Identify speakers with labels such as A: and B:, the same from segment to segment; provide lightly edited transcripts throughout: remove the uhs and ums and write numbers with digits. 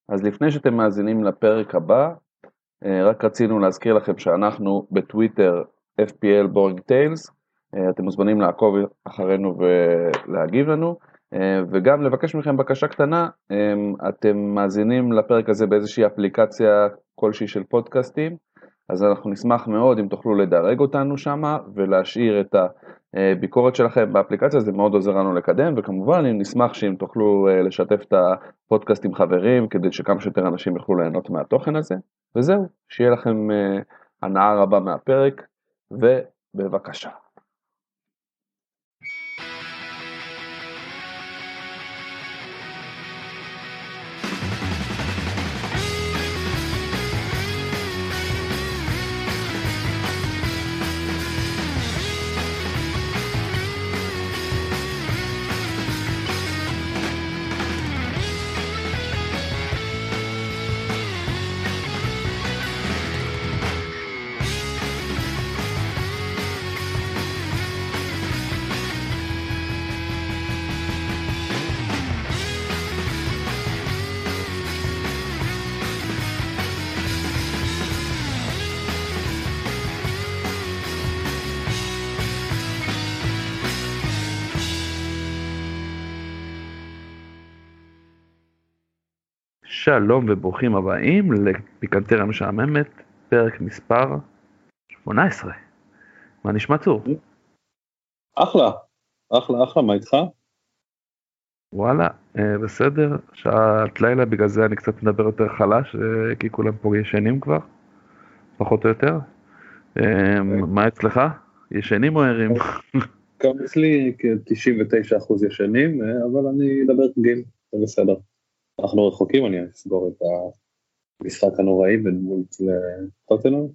A: אז לפני שאתם מאזינים לפרק הבא, רק רצינו להזכיר לכם שאנחנו בטוויטר FPL Boring Tales, אתם מוזמנים לעקוב אחרינו ולהגיב לנו, וגם לבקש מכם בקשה קטנה, אתם מאזינים לפרק הזה באיזושהי אפליקציה כלשהי של פודקאסטים, אז אנחנו נשמח מאוד אם תוכלו לדרג אותנו שם ולהשאיר את הביקורת שלכם באפליקציה, זה מאוד עוזר לנו לקדם, וכמובן נשמח שאם תוכלו לשתף את הפודקאסט עם חברים, כדי שכמה שיותר אנשים יוכלו ליהנות מהתוכן הזה, וזהו, שיהיה לכם הנאה רבה מהפרק, ובבקשה. שלום וברוכים הבאים לפיקנטריה משעממת, פרק מספר 18. מה נשמע צור?
B: אחלה, מה איתך?
A: וואלה, בסדר, שעת לילה, בגלל זה אני קצת מדבר יותר חלש, כי כולם פה ישנים כבר, פחות או יותר. מה אצלך? ישנים או ערים?
B: גם אצלי כ-99% ישנים, אבל אני אדבר רגיל, זה בסדר. אנחנו רחוקים, אני אסגור את המשחק הנוראי בין וולפס לטוטנהאם.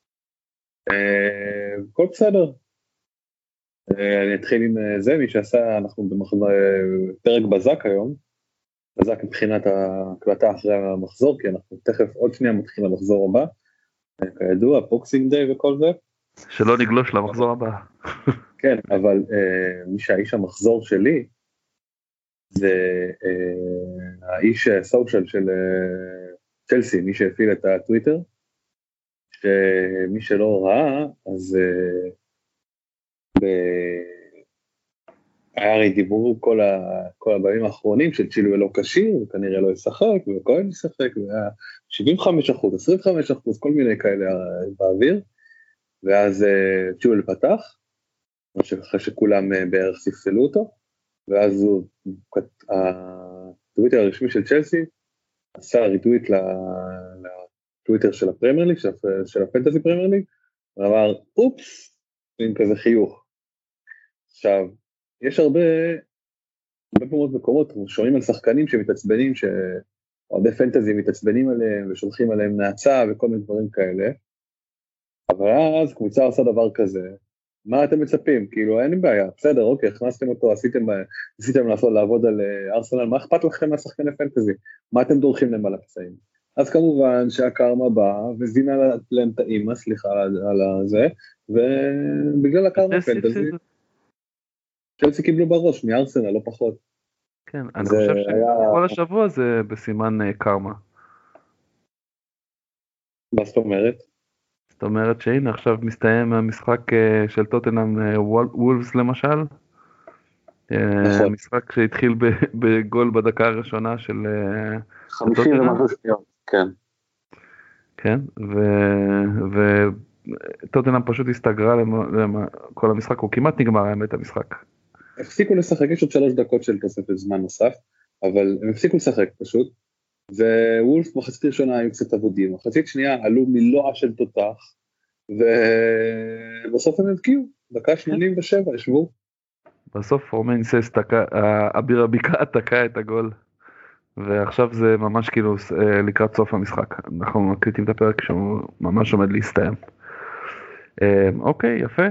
B: הכל בסדר. אני אתחיל עם זה, מי שעשה, אנחנו בפרק בזק היום, בזק מבחינת ההקלטה אחרי המחזור, כי אנחנו תכף עוד שנייה מתחיל למחזור הבא, כידוע, בוקסינג דיי וכל זה.
A: שלא נגלוש למחזור הבא.
B: כן, אבל מי שהאיש המחזור שלי, זה האיש סושיאל של צ'לסי, מי שהפעיל את הטוויטר, שמי שלא ראה, אז היה הרי דיברו כל הבאים האחרונים של צ'ילואל לא כשיר, וכנראה לא ישחק, וכהן ישחק, והיה 75%, 25%, כל מיני כאלה באוויר, ואז צ'ילואל פתח, אחרי שכולם בערך ספסלו אותו, ואז הטוויטר הרשמי של צ'לסי עשה ריטוויט לטוויטר של הפרמייר ליג, של הפנטזי פרמייר ליג, ואמר אופס, עם כזה חיוך. עכשיו, יש הרבה מקומות, שומעים על שחקנים שמתעצבנים, שעודי פנטזי מתעצבנים עליהם ושולחים עליהם נעצה וכל מיני דברים כאלה, אבל אז קבוצה עושה דבר כזה, מה אתם מצפים? כאילו אין לי בעיה, בסדר, אוקיי, הכנסתם אותו, עשיתם לעבוד על ארסנל, מה אכפת לכם מהשחקני פנטזי? מה אתם דורכים להם על הפצעים? אז כמובן שהקרמה באה, וזינה להם את האימא, סליחה על זה, ובגלל הקרמה פנטזי, צ'לסי קיבלו בראש מארסנל, לא פחות.
A: כן, אני חושב שכל השבוע זה בסימן קרמה.
B: מה זאת אומרת?
A: זאת אומרת שהנה עכשיו מסתיים המשחק של טוטנהאם וולפס למשל, משחק שהתחיל בגול בדקה הראשונה של
B: 50 ומשהו שניות, כן.
A: כן, וטוטנהאם פשוט הסתגרה כל המשחק, הוא כמעט נגמר האמת המשחק.
B: הפסיקו לשחק, יש עוד 3 דקות של תוספת זמן נוסף, אבל הם הפסיקו לשחק פשוט, ווולף מחצית ראשונה היו קצת עבודים, מחצית שנייה עלו מילואה של תותח, ובסוף הם הבקיעו, דקה 87 ישבו.
A: בסוף רומין סס אביר הבקעה תקע את הגול, ועכשיו זה ממש כאילו לקראת סוף המשחק, אנחנו מקליטים את הפרק שהוא ממש עומד להסתיים. אוקיי, יפה.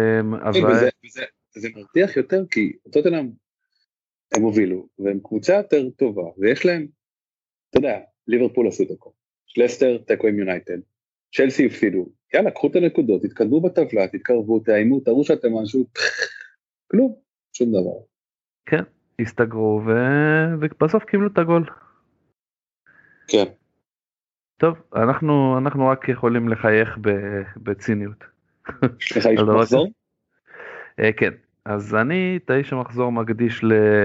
B: זה מרתיח יותר, כי טוטנהאם הם הובילו, והם קבוצה יותר טובה, ויש להם, אתה יודע, ליברפול עשו את הכל, לסטר תיקו עם יונייטד, צ'לסי הפסידו, יאללה, קחו את הנקודות, תתקדמו בטבלה, תתקרבו, תאיימו, תראו שאתם משהו, כלום, שום דבר.
A: כן, הסתגרו, ובסוף קיבלו את הגול.
B: כן.
A: טוב, אנחנו רק יכולים לחייך בציניות.
B: יש לך איש
A: על דבר
B: מחזור?
A: כזה. כן, אז אני את האיש המחזור מקדיש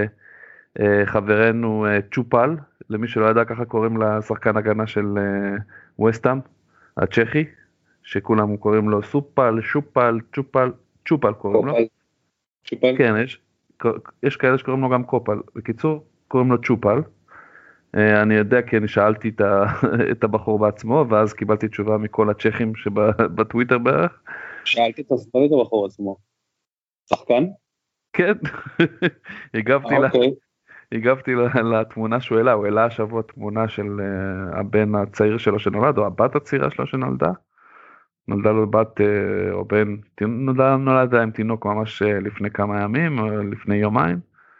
A: לחברנו צ'ופל, למי שלא ידע ככה קוראים לשחקן הגנה של ווסטהאם, הצ'כי, שכולם קוראים לו סופל, שופל, צ'ופל, צ'ופל קוראים לו.
B: קופל? צ'ופל?
A: כן, יש כאלה שקוראים לו גם קופל. בקיצור, קוראים לו צ'ופל. אני יודע כי אני שאלתי את הבחור בעצמו, ואז קיבלתי תשובה מכל הצ'כים שבטוויטר בערך.
B: שאלתי את הבחור עצמו. שחקן?
A: כן,
B: אוקיי.
A: הגבתי לתמונה שהוא העלה, הוא העלה השבוע תמונה של הבן הצעיר שלו שנולד, או הבת הצעירה שלו שנולדה. נולדה לו בת או בן, נולדה עם תינוק ממש לפני כמה ימים, או לפני יומיים.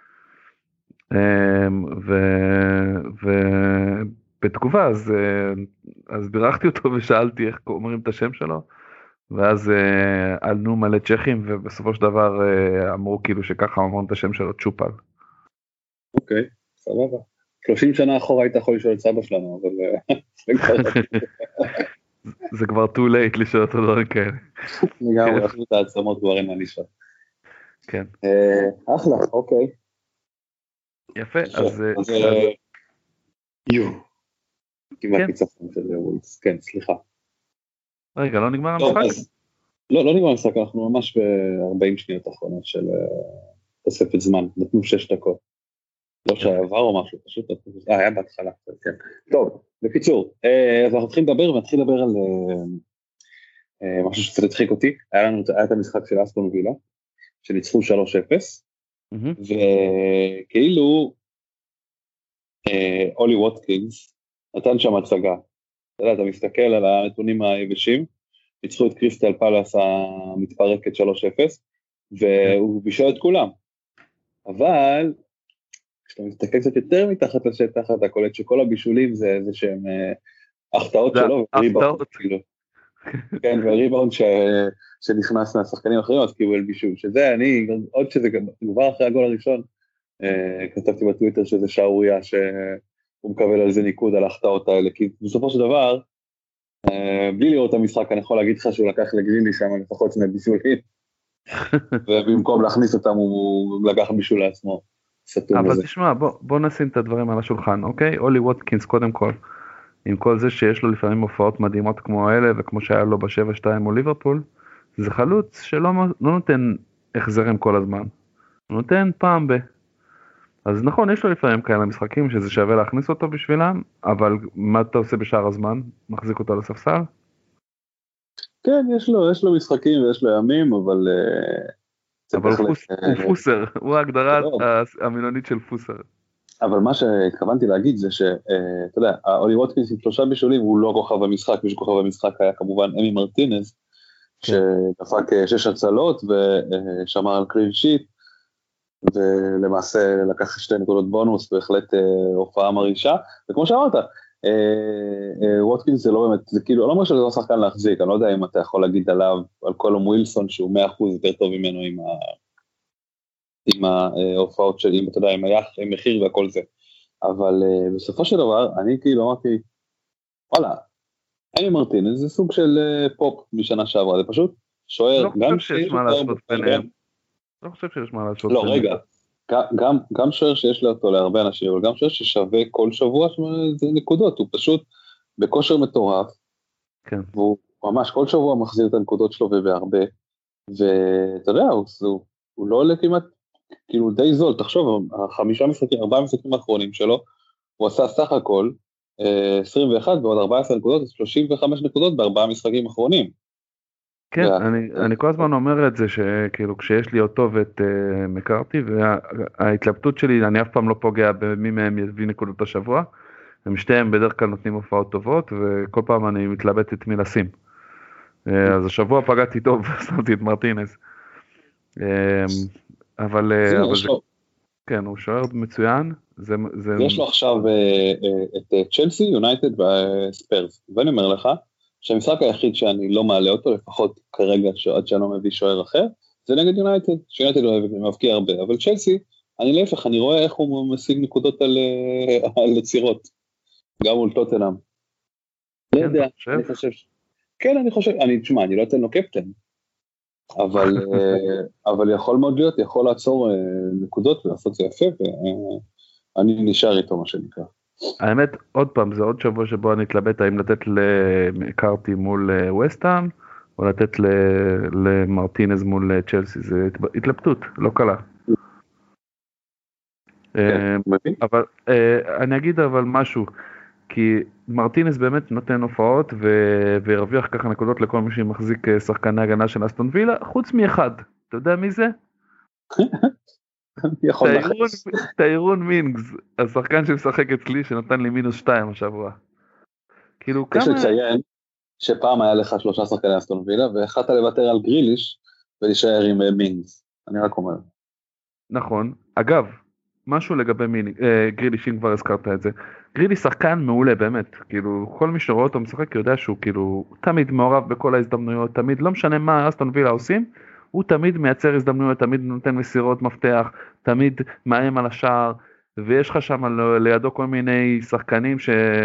A: ובתגובה אז בירכתי אותו ושאלתי איך אומרים את השם שלו, ואז עלנו מלא צ'כים, ובסופו של דבר אמרו כאילו שככה אומרים את השם שלו, צ'ופל.
B: אוקיי, סבבה. 30 שנה אחורה היית יכול לשאול את סבא שלנו, אבל
A: זה כבר too late לשאול אותו דברים כאלה.
B: לגמרי, אפילו את העצמות כבר אין מה לשאול.
A: כן.
B: אחלה, אוקיי.
A: יפה, אז...
B: כמעט ניצחון של וולס, כן, סליחה.
A: רגע, לא נגמר המשחק?
B: לא נגמר המשחק, אנחנו ממש ב-40 שניות האחרונות של תוספת זמן, נתנו 6 דקות. לא שעבר או משהו, פשוט, היה בהתחלה, כן. טוב, בקיצור, אז אנחנו נתחיל לדבר, ונתחיל לדבר על משהו שקצת הדחיק אותי, היה את המשחק של אסטון וילה, שניצחו 3-0, וכאילו, אולי ווטקינס נתן שם הצגה, אתה מסתכל על הנתונים היבשים, ניצחו את קריסטל פלאס המתפרקת 3-0, והוא בישל את כולם, אבל כשאתה מסתכל קצת יותר מתחת לשטח, אתה קולט שכל הבישולים זה איזה שהם החטאות שלו, כן, וריבאונד שנכנס מהשחקנים האחרים, אז קיבל בישול, שזה אני, עוד שזה כבר אחרי הגול הראשון, כתבתי בטוויטר שזה שערוריה שהוא מקבל על זה ניקוד על ההחטאות האלה, כי בסופו של דבר, בלי לראות את המשחק, אני יכול להגיד לך שהוא לקח לגריני שם לפחות שני בישולים, ובמקום להכניס אותם הוא לקח בישול לעצמו.
A: אבל תשמע, בוא נשים את הדברים על השולחן, אוקיי? אולי ווטקינס קודם כל, עם כל זה שיש לו לפעמים הופעות מדהימות כמו האלה, וכמו שהיה לו ב7-2 או ליברפול, זה חלוץ שלא נותן החזרים כל הזמן, הוא נותן פעם אז נכון, יש לו לפעמים כאלה משחקים שזה שווה להכניס אותו בשבילם, אבל מה אתה עושה בשאר הזמן? מחזיק אותו לספסל?
B: כן, יש לו משחקים ויש לו ימים, אבל...
A: אבל הוא פוסר, הוא ההגדרה המילונית של פוסר.
B: אבל מה שהתכוונתי להגיד זה שאתה יודע, אולי ווטקינס עם 3 בישולים הוא לא כוכב המשחק, מי שכוכב המשחק היה כמובן אמי מרטינז, שדפק 6 הצלות ושמר על קלין שיט, ולמעשה לקח 2 נקודות בונוס, בהחלט הופעה מרעישה, וכמו שאמרת, ווטקינס זה לא באמת, זה כאילו, אני לא אומר שזה לא שחקן להחזיק, אני לא יודע אם אתה יכול להגיד עליו, על קולום ווילסון שהוא 100% יותר טוב ממנו עם ההופעות שלי, אתה יודע, עם מחיר והכל זה, אבל בסופו של דבר, אני כאילו אמרתי, וואלה, אמי מרטינז זה סוג של פופ משנה שעברה, זה פשוט שוער,
A: לא חושב שיש מה לעשות ביניהם, לא חושב שיש מה לעשות
B: ביניהם. לא, רגע, גם שוער שיש לו להרבה אנשים, אבל גם שוער ששווה כל שבוע זה נקודות, הוא פשוט בכושר מטורף,
A: כן.
B: והוא ממש כל שבוע מחזיר את הנקודות שלו ובהרבה, ואתה יודע, הוא לא עולה כמעט, כאילו די זול, תחשוב, 4 משחקים האחרונים שלו, הוא עשה סך הכל 21 ועוד 14 נקודות, 35 נקודות ב4 משחקים האחרונים.
A: כן, אני כל הזמן אומר את זה, שכאילו כשיש לי אותו ואת מקארתי, וההתלבטות שלי, אני אף פעם לא פוגע במי מהם יביא נקודות השבוע, הם שתיהם בדרך כלל נותנים הופעות טובות, וכל פעם אני מתלבט את מי לשים. אז השבוע פגעתי טוב, שמתי את מרטינז. אבל כן, הוא שוער מצוין.
B: יש לו עכשיו את צ'לסי, יונייטד וספרס, ואני אומר לך, שהמשחק היחיד שאני לא מעלה אותו, לפחות כרגע עד שאני לא מביא שוער אחר, זה נגד יונייטד, שיונייטד מבקיע הרבה, אבל צ'לסי, אני להפך, אני רואה איך הוא משיג נקודות על יצירות. גם מול טוטנהאם. לא יודע, אני חושב... כן, תשמע, אני לא אתן לו קפטן, אבל יכול מאוד להיות, יכול לעצור נקודות ולעשות זה יפה, ואני נשאר איתו מה שנקרא.
A: האמת, עוד פעם, זה עוד שבוע שבו אני אתלבט האם לתת לקארטי מול ווסטהאם, או לתת למרטינז מול צ'לסי, זה התלבטות, לא קלה. אבל אני אגיד אבל משהו, כי מרטינס באמת נותן הופעות והרוויח ככה נקודות לכל מי שמחזיק שחקני הגנה של אסטון וילה, חוץ מאחד, אתה יודע מי זה? טיירון מינגס, השחקן שמשחק אצלי שנתן לי -2 השבוע. כאילו כמה...
B: יש לציין שפעם היה לך 3 שחקני אסטון וילה, והחלטת לוותר על גריליש ולהישאר עם מינגס, אני רק אומר.
A: נכון, אגב, משהו לגבי גריליש, אם כבר הזכרת את זה, גריליש שחקן מעולה באמת, כאילו כל מי שרואה אותו משחק יודע שהוא כאילו תמיד מעורב בכל ההזדמנויות, תמיד, לא משנה מה אסטון וילה עושים, הוא תמיד מייצר הזדמנויות, תמיד נותן מסירות מפתח, תמיד מאיים על השער, ויש לך שם לידו כל מיני שחקנים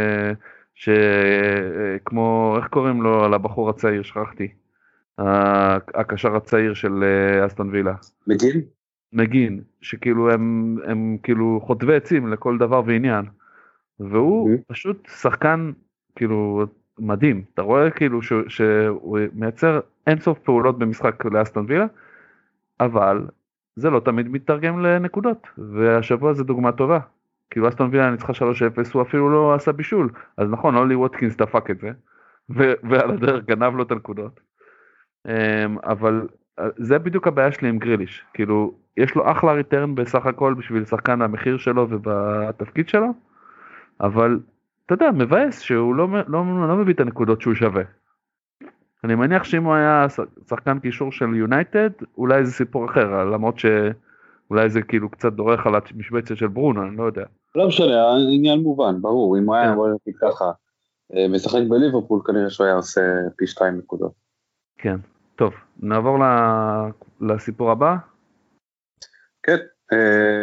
A: כמו, איך קוראים לו לבחור הצעיר, שכחתי, הקשר הצעיר של אסטון וילה. מגין, שכאילו הם כאילו חוטבי עצים לכל דבר ועניין, והוא פשוט שחקן כאילו מדהים, אתה רואה כאילו שהוא מייצר אינסוף פעולות במשחק לאסטון וילה, אבל זה לא תמיד מתרגם לנקודות, והשבוע זה דוגמה טובה, כאילו אסטון וילה ניצחה 3-0, הוא אפילו לא עשה בישול, אז נכון, אולי ווטקינס דפק את זה, ועל הדרך גנב לו את הנקודות, אבל זה בדיוק הבעיה שלי עם גריליש, כאילו יש לו אחלה ריטרן בסך הכל בשביל שחקן המחיר שלו ובתפקיד שלו, אבל אתה יודע, מבאס שהוא לא מביא את הנקודות שהוא שווה. אני מניח שאם הוא היה שחקן קישור של יונייטד, אולי זה סיפור אחר, למרות שאולי זה כאילו קצת דורך על המשבצת של ברונו, אני לא יודע.
B: לא משנה, העניין מובן, ברור, אם הוא היה ככה משחק בליברפול, כנראה שהוא היה עושה פי 2 נקודות.
A: כן, טוב, נעבור לסיפור הבא.
B: כן.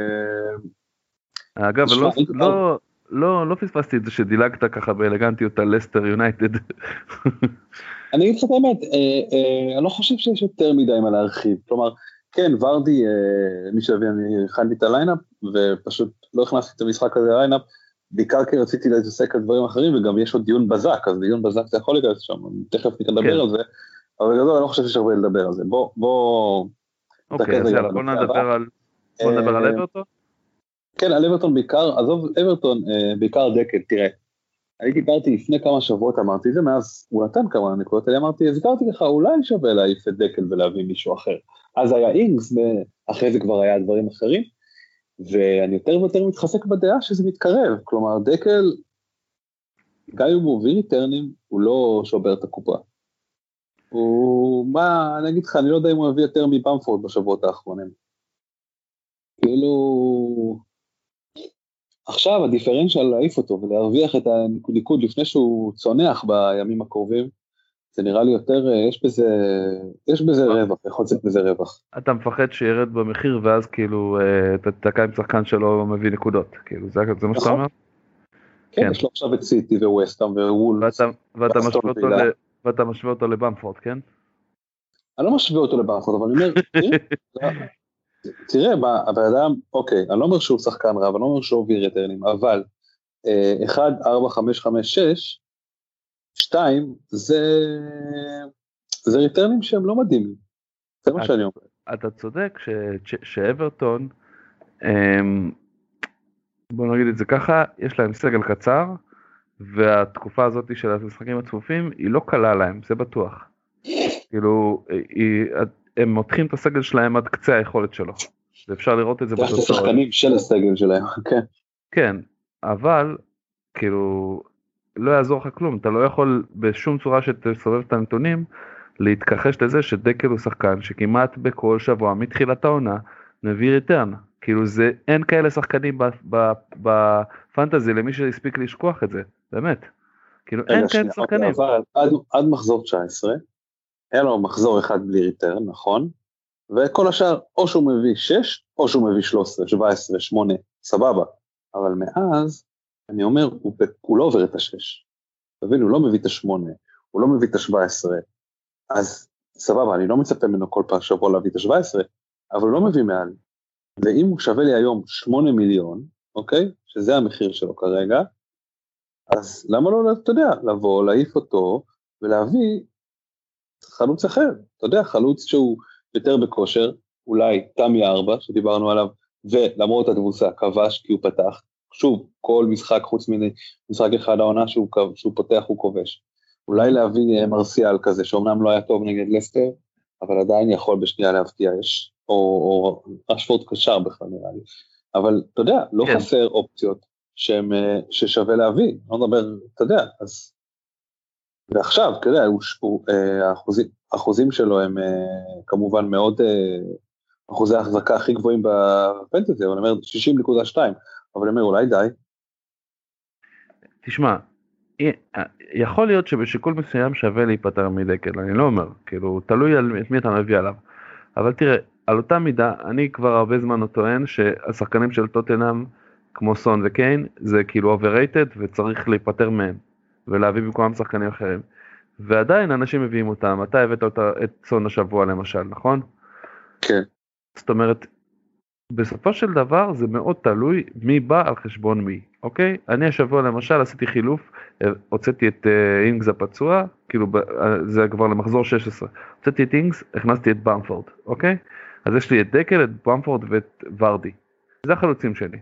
A: אגב, לא פספסתי את זה שדילגת ככה באלגנטיות על לסטר יונייטד.
B: אני אגיד לך את האמת, אני לא חושב שיש יותר מדי מה להרחיב, כלומר, כן, ורדי, מי שהביא, אני הכנתי את הליינאפ, ופשוט לא הכנסתי את המשחק הזה לליינאפ, בעיקר כי רציתי להתעסק על דברים אחרים, וגם יש עוד דיון בזק, אז דיון בזק זה יכול להיכנס שם, תכף נדבר על זה, אבל גדול, אני לא חושב שיש הרבה לדבר על זה, בוא...
A: אוקיי, אז יאללה, בוא נדבר על אברטון.
B: כן, על אברטון בעיקר, עזוב אברטון, בעיקר דקל, תראה, אני דיברתי לפני כמה שבועות, אמרתי זה, מאז הוא נתן כמה נקודות, אמרתי, הזכרתי לך, אולי שווה להעיף את דקל ולהביא מישהו אחר, אז היה אינגס, אחרי זה כבר היה דברים אחרים, ואני יותר ויותר מתחזק בדעה שזה מתקרב, כלומר דקל, גם אם הוא מביא ריטרנים, הוא לא שובר את הקופה, אני אגיד לך, אני לא יודע אם הוא הביא יותר מבמפורד בשבועות האחרונים, כאילו... עכשיו הדיפרנציאל להעיף אותו ולהרוויח את הניקוד לפני שהוא צונח בימים הקרובים, זה נראה לי יותר, יש בזה רווח, יכול לצאת בזה רווח.
A: אתה מפחד שירד במחיר ואז כאילו תתקע עם שחקן שלו מביא נקודות, כאילו זה מה שאתה אומר?
B: כן, יש לו עכשיו את סיטי וווסטהאם ווולפס.
A: ואתה משווה אותו לבמפורד, כן?
B: אני לא משווה אותו לבמפורד, אבל אני אומר, תראה, האדם, אוקיי, אני לא אומר שהוא שחקן רב, אני לא אומר שהוא הוביל ריטרנים, אבל 1, 4, 5, 5, 6, 2, זה ריטרנים שהם לא מדהימים, זה מה שאני אומר.
A: אתה צודק שאברטון, בוא נגיד את זה ככה, יש להם סגל קצר, והתקופה הזאת של המשחקים הצפופים, היא לא קלה להם, זה בטוח. כאילו, הם מותחים את הסגל שלהם עד קצה היכולת שלו, ואפשר לראות את זה
B: בתוצאות. זה השחקנים של הסגל שלהם, כן.
A: כן, אבל, כאילו, לא יעזור לך כלום, אתה לא יכול בשום צורה שתסובב את הנתונים, להתכחש לזה שדקל הוא שחקן, שכמעט בכל שבוע, מתחילת העונה, מביא ריטרן. כאילו זה, אין כאלה שחקנים בפנטזי, למי שהספיק לשכוח את זה, באמת. כאילו אין כאלה שחקנים.
B: אבל עד מחזור 19, היה לו מחזור אחד בלי ריטרן, נכון? וכל השאר, או שהוא מביא 6, או שהוא מביא 13, 17, 8, סבבה. אבל מאז, אני אומר, הוא לא עובר את ה-6, תבין, הוא לא מביא את ה-8, הוא לא מביא את ה-17, אז סבבה, אני לא מצפה ממנו כל פעם שבוע להביא את ה-17, אבל הוא לא מביא מעל, ואם הוא שווה לי היום 8 מיליון, אוקיי, שזה המחיר שלו כרגע, אז למה לא, אתה יודע, לבוא, להעיף אותו, ולהביא חלוץ אחר, אתה יודע, חלוץ שהוא יותר בכושר, אולי תמי 4, שדיברנו עליו, ולמרות התבוסה, כבש כי הוא פתח, שוב, כל משחק חוץ ממשחק אחד העונה שהוא פותח הוא כובש, אולי להביא מרסיאל כזה, שאומנם לא היה טוב נגד לסטר, אבל עדיין יכול בשנייה להבקיע, או רשפורד קשר בכלל נראה לי, אבל אתה יודע, לא חסר אופציות ששווה להביא, לא נדבר, אתה יודע, אז, ועכשיו, אתה יודע, האחוזים שלו הם כמובן מאוד, אחוזי ההחזקה הכי גבוהים בפנטזי, אבל אני אומר 60.2, אבל אני אומר אולי די.
A: תשמע, יכול להיות שבשיקול מסוים שווה להיפטר מדקל, אני לא אומר, כאילו, תלוי על מי אתה מביא עליו, אבל תראה, על אותה מידה, אני כבר הרבה זמן טוען שהשחקנים של טוטנהאם, כמו סון וקיין, זה כאילו overrated וצריך להיפטר מהם, ולהביא במקומם שחקנים אחרים. ועדיין אנשים מביאים אותם, אתה הבאת את סון השבוע למשל, נכון?
B: כן.
A: זאת אומרת, בסופו של דבר זה מאוד תלוי מי בא על חשבון מי, אוקיי? אני השבוע למשל עשיתי חילוף, הוצאתי את אינגס הפצוע, כאילו זה כבר למחזור 16, הוצאתי את אינגס, הכנסתי את במפורד, אוקיי? אז יש לי את דקל, את במפורד ואת ורדי, זה החלוצים שלי.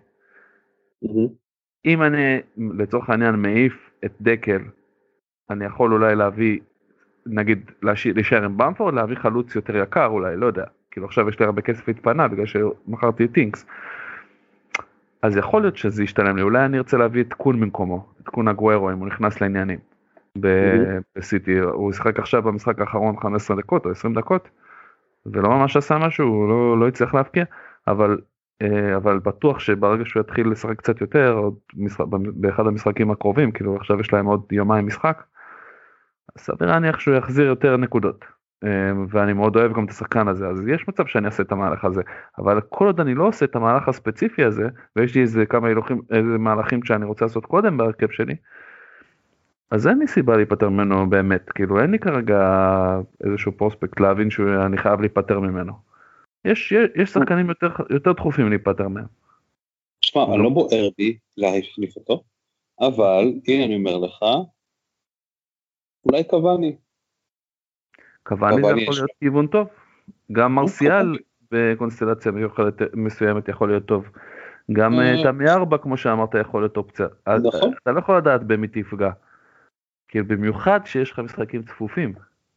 A: אם אני לצורך העניין מעיף את דקל, אני יכול אולי להביא, נגיד להישאר עם במפורד, להביא חלוץ יותר יקר אולי, לא יודע. כאילו עכשיו יש לי הרבה כסף להתפנה בגלל שמכרתי את אינגס. אז יכול להיות שזה ישתלם לי, אולי אני ארצה להביא את קון במקומו, את קון אגוארו אם הוא נכנס לעניינים בסיטי, הוא ישחק עכשיו במשחק האחרון 15 דקות או 20 דקות, ולא ממש עשה משהו, הוא לא יצליח להפקיע, אבל בטוח שברגע שהוא יתחיל לשחק קצת יותר, באחד המשחקים הקרובים, כאילו עכשיו יש להם עוד יומיים משחק, סביר להניח שהוא יחזיר יותר נקודות. ואני מאוד אוהב גם את השחקן הזה, אז יש מצב שאני אעשה את המהלך הזה, אבל כל עוד אני לא עושה את המהלך הספציפי הזה, ויש לי איזה כמה מהלכים שאני רוצה לעשות קודם בהרכב שלי, אז אין לי סיבה להיפטר ממנו באמת, כאילו אין לי כרגע איזשהו פרוספקט להבין שאני חייב להיפטר ממנו. יש שחקנים יותר דחופים להיפטר מהם.
B: תשמע, אני לא בוער בי להחליף אותו, אבל הנה אני אומר לך, אולי קוואני.
A: קוואני זה יכול להיות כיוון טוב, גם מרסיאל בקונסטלציה מסוימת יכול להיות טוב, גם תמי 4 כמו שאמרת יכול להיות אופציה, אתה לא יכול לדעת במי תפגע, כאילו במיוחד שיש לך משחקים צפופים.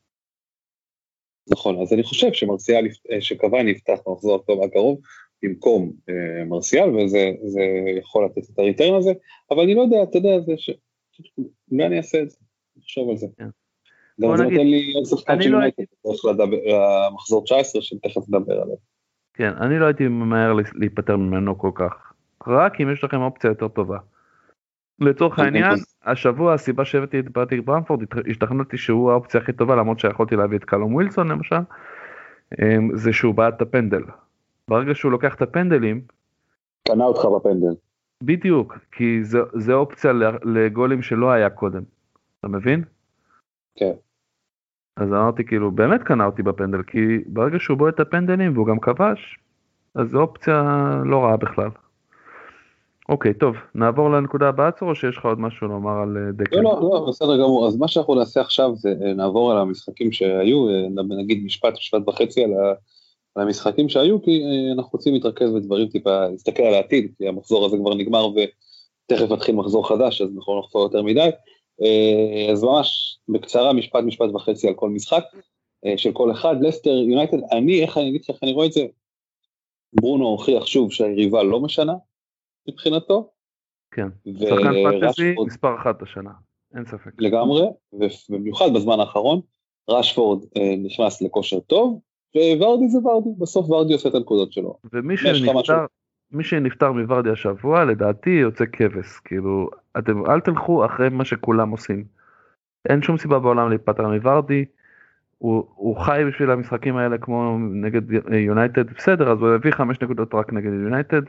B: נכון, אז אני חושב שקוואני יפתח מחזור הטוב הקרוב במקום מרסיאל, וזה יכול לתת את הריטרן הזה, אבל אני לא יודע, אתה יודע, אולי אני אעשה את זה, נחשוב על זה. גם זה נותן לי עוד שחקן של יונייטד, המחזור 19 שתכף נדבר עליו.
A: כן, אני לא הייתי ממהר להיפטר ממנו כל כך, רק אם יש לכם אופציה יותר טובה. לצורך העניין, השבוע הסיבה שהבאתי את ברטיק ברמפורד, השתכנעתי שהוא האופציה הכי טובה, למרות שיכולתי להביא את קלום ווילסון למשל, זה שהוא בעד את הפנדל. ברגע שהוא לוקח את הפנדלים,
B: קנה אותך בפנדל.
A: בדיוק, כי זה אופציה לגולים שלא היה קודם. אתה מבין?
B: כן.
A: אז אמרתי כאילו, באמת קנה אותי בפנדל, כי ברגע שהוא בוא את הפנדלים והוא גם כבש, אז זו אופציה לא רעה בכלל. אוקיי, טוב, נעבור לנקודה הבאה, או שיש לך עוד משהו לומר על דקל?
B: לא, בסדר גמור, אז מה שאנחנו נעשה עכשיו זה נעבור על המשחקים שהיו, נגיד משפט וחצי על המשחקים שהיו, כי אנחנו רוצים להתרכז בדברים טיפה, להסתכל על העתיד, כי המחזור הזה כבר נגמר ותכף מתחיל מחזור חדש, אז אנחנו לא נחפור יותר מדי, אז ממש בקצרה משפט וחצי על כל משחק, של כל אחד, לסטר, יונייטד, איך אני אגיד לך, אני רואה את זה, ברונו הוכיח שוב שהיריבה לא משנה, מבחינתו.
A: כן, שחקן פנטזי מספר 1 השנה, אין ספק.
B: לגמרי, ובמיוחד בזמן האחרון, רשפורד נכנס לכושר טוב, וורדי זה ורדי, בסוף ורדי עושה את הנקודות שלו.
A: ומי שנפטר מוורדי השבוע, לדעתי יוצא כבש, כאילו, אתם אל תלכו אחרי מה שכולם עושים. אין שום סיבה בעולם להיפטר מוורדי, הוא חי בשביל המשחקים האלה כמו נגד יונייטד, בסדר, אז הוא הביא 5 נקודות רק נגד יונייטד,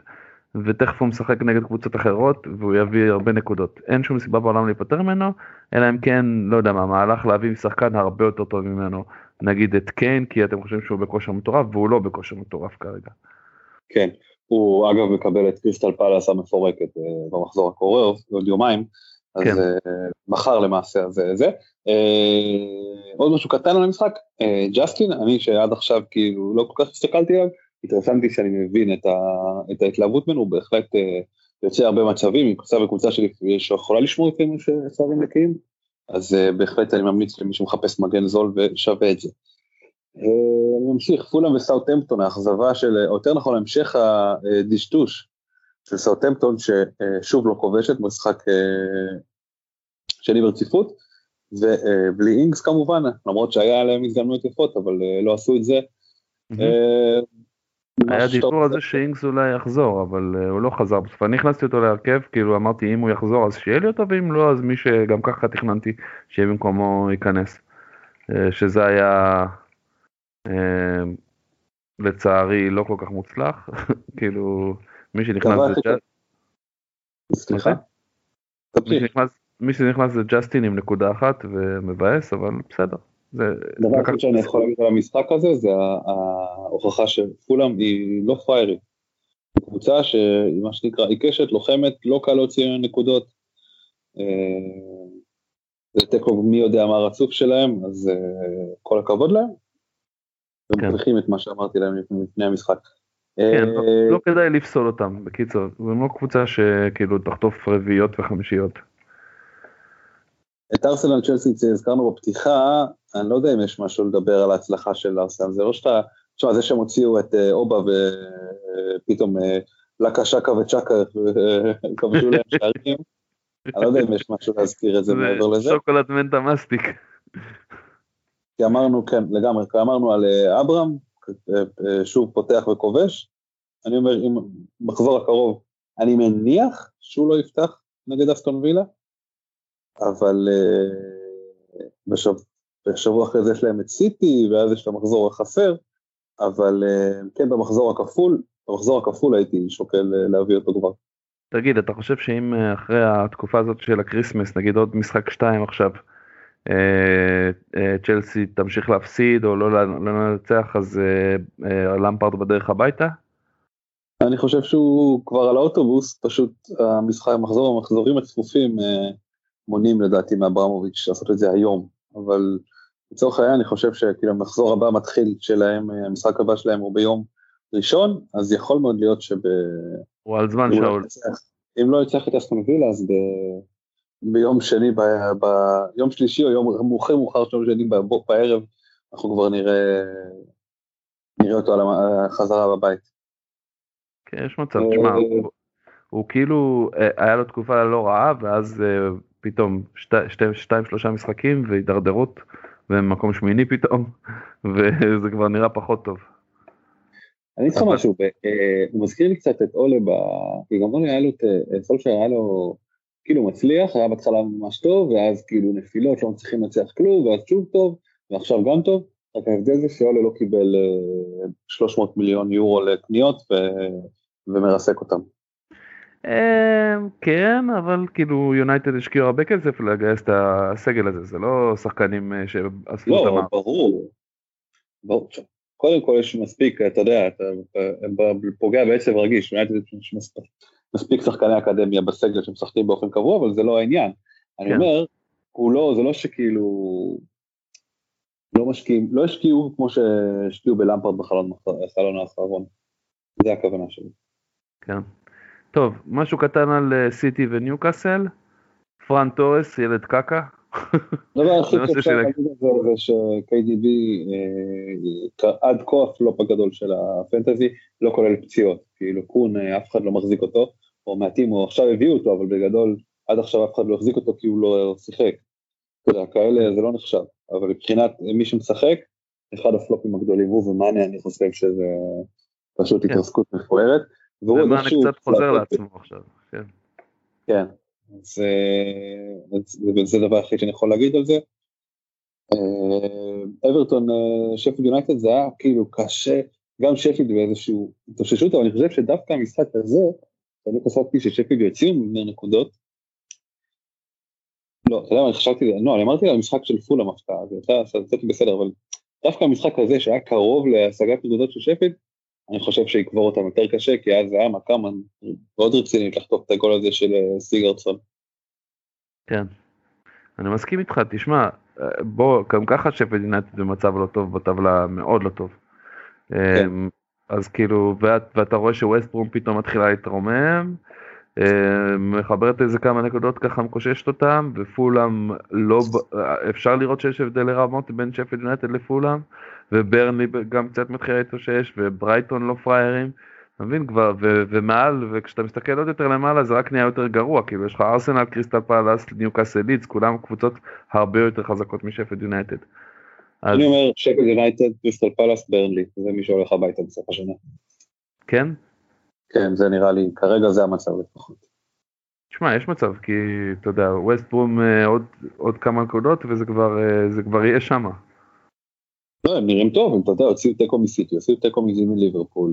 A: ותכף הוא משחק נגד קבוצות אחרות, והוא יביא הרבה נקודות. אין שום סיבה בעולם להיפטר ממנו, אלא אם כן, לא יודע מה, מהלך להביא שחקן הרבה יותר טוב ממנו, נגיד את קיין, כי אתם חושבים שהוא בכושר מטורף, והוא לא בכושר מטורף כרגע.
B: כן, הוא אגב מקבל את קריסטל פלאס המפורקת במחזור הקרוב, עוד יומיים, אז
A: כן.
B: מחר למעשה, אז זה. עוד משהו קטן על המשחק, ג'סטין, אני שעד עכשיו כאילו לא כל כך הסתכלתי עליו, התרשמתי שאני מבין את ההתלהבות ממנו, הוא בהחלט יוצא הרבה מצבים, היא בקבוצה שלי שיכולה לשמור לפעמים שערים נקיים, אז בהחלט אני ממליץ למי שמחפש מגן זול ושווה את זה. אני ממשיך, פולאם וסאוטהמפטון, האכזבה של, או יותר נכון, המשך הדשטוש של סאוטהמפטון, ששוב לא כובשת, משחק שני ברציפות, ובלי אינגס כמובן, למרות שהיה עליהם הזדמנויות יפות, אבל לא עשו את זה.
A: היה דיבור על זה שאינגס אולי יחזור, אבל הוא לא חזר בסוף. אני הכנסתי אותו להרכב, כאילו אמרתי אם הוא יחזור אז שיהיה לי אותו, ואם לא אז מי שגם ככה תכננתי שיהיה במקומו ייכנס. שזה היה לצערי לא כל כך מוצלח, כאילו מי שנכנס זה
B: סליחה?
A: מי שנכנס זה ג'סטין עם נקודה אחת ומבאס, אבל בסדר.
B: דבר אחד שאני יכול להגיד על המשחק הזה, זה ההוכחה שפולאם היא לא פריירית. היא קבוצה שהיא מה שנקרא עיקשת, לוחמת, לא קל להוציא נקודות. זה תקו מי יודע מה הרצוף שלהם, אז כל הכבוד להם. הם מוכיחים את מה שאמרתי להם לפני המשחק.
A: כן, לא כדאי לפסול אותם, בקיצור. זה לא קבוצה שכאילו תחטוף רביעיות וחמישיות.
B: את ארסנל צ'לסי הזכרנו בפתיחה, אני לא יודע אם יש משהו לדבר על ההצלחה של ארסנל, זה לא שאתה, תשמע, זה שהם הוציאו את אובה ופתאום לקה שקה וצ'קה וכבשו להם שערים, אני לא יודע אם יש משהו להזכיר את זה מעבר לזה.
A: זה שוקולד מנטה מסטיק.
B: כי אמרנו, כן, לגמרי, כי אמרנו על אברהם, שוב פותח וכובש, אני אומר, אם מחזור הקרוב, אני מניח שהוא לא יפתח נגד אסטון וילה, אבל בשבוע אחרי זה יש להם את סיטי, ואז יש להם מחזור החסר, אבל כן, במחזור הכפול הייתי שוקל להביא אותו כבר.
A: תגיד, אתה חושב שאם אחרי התקופה הזאת של הקריסמס, נגיד עוד משחק 2 עכשיו, צ'לסי תמשיך להפסיד או לא לנצח, אז למפרד בדרך הביתה?
B: אני חושב שהוא כבר על האוטובוס, פשוט המחזורים הצפופים מונים לדעתי מאברמוביץ' לעשות את זה היום, אבל לצורך העניין אני חושב שכאילו המחזור הבא מתחיל שלהם, המשחק הבא שלהם הוא ביום ראשון, אז יכול מאוד להיות
A: הוא על זמן שאול.
B: אם לא יצטרך את אסטון וילה, אז ביום שני, ביום שלישי או יום מאוחר של יום שני בערב, אנחנו כבר נראה אותו על החזרה בבית.
A: כן, יש מצב, תשמע, הוא כאילו, היה לו תקופה לא רעה, ואז פתאום 2-3 משחקים והידרדרות, ומקום שמיני פתאום, וזה כבר נראה פחות טוב.
B: אני איתך משהו, הוא מזכיר לי קצת את אולה, כי גם אולה היה לו, סולשר היה לו כאילו מצליח, היה בהתחלה ממש טוב, ואז כאילו נפילות, לא מצליחים לנצח כלום, ואז שוב טוב, ועכשיו גם טוב, רק ההבדל זה שאולה לא קיבל 300 מיליון יורו לקניות, ומרסק אותם.
A: כן, אבל כאילו יונייטד השקיעו הרבה כסף לגייס את הסגל הזה, זה לא שחקנים שעשו אותם.
B: לא, ברור. קודם כל יש מספיק, אתה יודע, אתה פוגע בעצב רגיש, יש מספיק שחקני אקדמיה בסגל שמשחקים באופן קבוע, אבל זה לא העניין. אני אומר, זה לא שכאילו, לא השקיעו כמו שהשקיעו בלמפרד בחלון האחרון. זה הכוונה שלי. כן.
A: טוב, משהו קטן על סיטי וניוקאסל, פרן טורס, ילד קקה.
B: דבר הכי שאפשר להגיד את זה, זה ש-KDB עד כה הפלופ הגדול של הפנטזי, לא כולל פציעות, כאילו קון אף אחד לא מחזיק אותו, או מעטים, או עכשיו הביאו אותו, אבל בגדול עד עכשיו אף אחד לא החזיק אותו כי הוא לא שיחק. כאלה זה לא נחשב, אבל מבחינת מי שמשחק, אחד הפלופים הגדולים הוא ומאני, אני חושב שזה פשוט התרסקות מפוארת.
A: ומאני קצת חוזר לעצמו עכשיו, כן.
B: כן. זה דבר הכי שאני יכול להגיד על זה. אברטון, שפילד יונייטד זה היה כאילו קשה, גם שפילד באיזשהו התאוששות, אבל אני חושב שדווקא המשחק הזה, אני חשבתי ששפילד יוציאו מבנה נקודות. לא, אתה יודע מה, אני חשבתי, לא, אני אמרתי על המשחק של פולהאם הפתעה, זה יצאתי בסדר, אבל דווקא המשחק הזה שהיה קרוב להשגת נקודות של שפילד, אני חושב שיקבור אותם יותר קשה, כי אז זה היה מכה מאוד רצינית לחטוף את הגול הזה של סיגרדסון.
C: כן, אני מסכים איתך, תשמע, בוא, גם ככה שפילד יונייטד במצב לא טוב, בטבלה מאוד לא טוב.
B: כן.
C: אז כאילו, ואתה רואה שווסט ברום פתאום מתחילה להתרומם, מחברת איזה כמה נקודות ככה מקוששת אותם, ופולהאם לא, אפשר לראות שיש הבדל רמות בין שפילד יונייטד לפולהאם, וברנלי גם קצת מתחילה להתאושש, וברייטון לא פריירים, אתה מבין כבר, ומעל, וכשאתה מסתכל עוד יותר למעלה זה רק נהיה יותר גרוע, כאילו יש לך ארסנל, קריסטל פלאס, ניוקאסל לידס, כולם קבוצות הרבה יותר חזקות משפילד יונייטד.
B: אני אומר שפילד יונייטד, קריסטל פלאס, ברנלי, זה מי שהולך הביתה בסוף השנה.
C: כן?
B: כן, זה נראה לי, כרגע זה המצב לפחות.
C: תשמע, יש מצב, כי אתה יודע, ווסט ברום עוד כמה נקודות, וזה כבר יהיה שמה.
B: לא, הם נראים טוב, אתה יודע, הוציאו תיקו מסיטי, הוציאו תיקו מליברפול.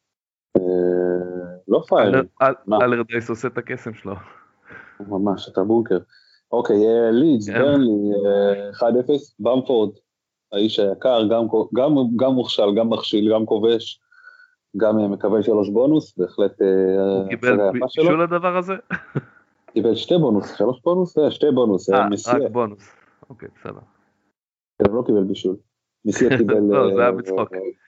B: לא פייר.
C: אלרדייס עושה את הקסם שלו.
B: ממש, אתה בונקר. אוקיי, לידס, ברנלי, 1-0, במפורד, האיש היקר, גם מוכשל, גם מכשיל, גם כובש, גם מקבל 3 בונוס, בהחלט...
C: הוא קיבל בישול לדבר הזה?
B: קיבל 2 בונוס, 3 בונוס? 2 בונוס,
C: רק בונוס. אוקיי, בסדר.
B: הוא לא קיבל בישול. מסיה קיבל...
C: לא, זה היה בצחוק.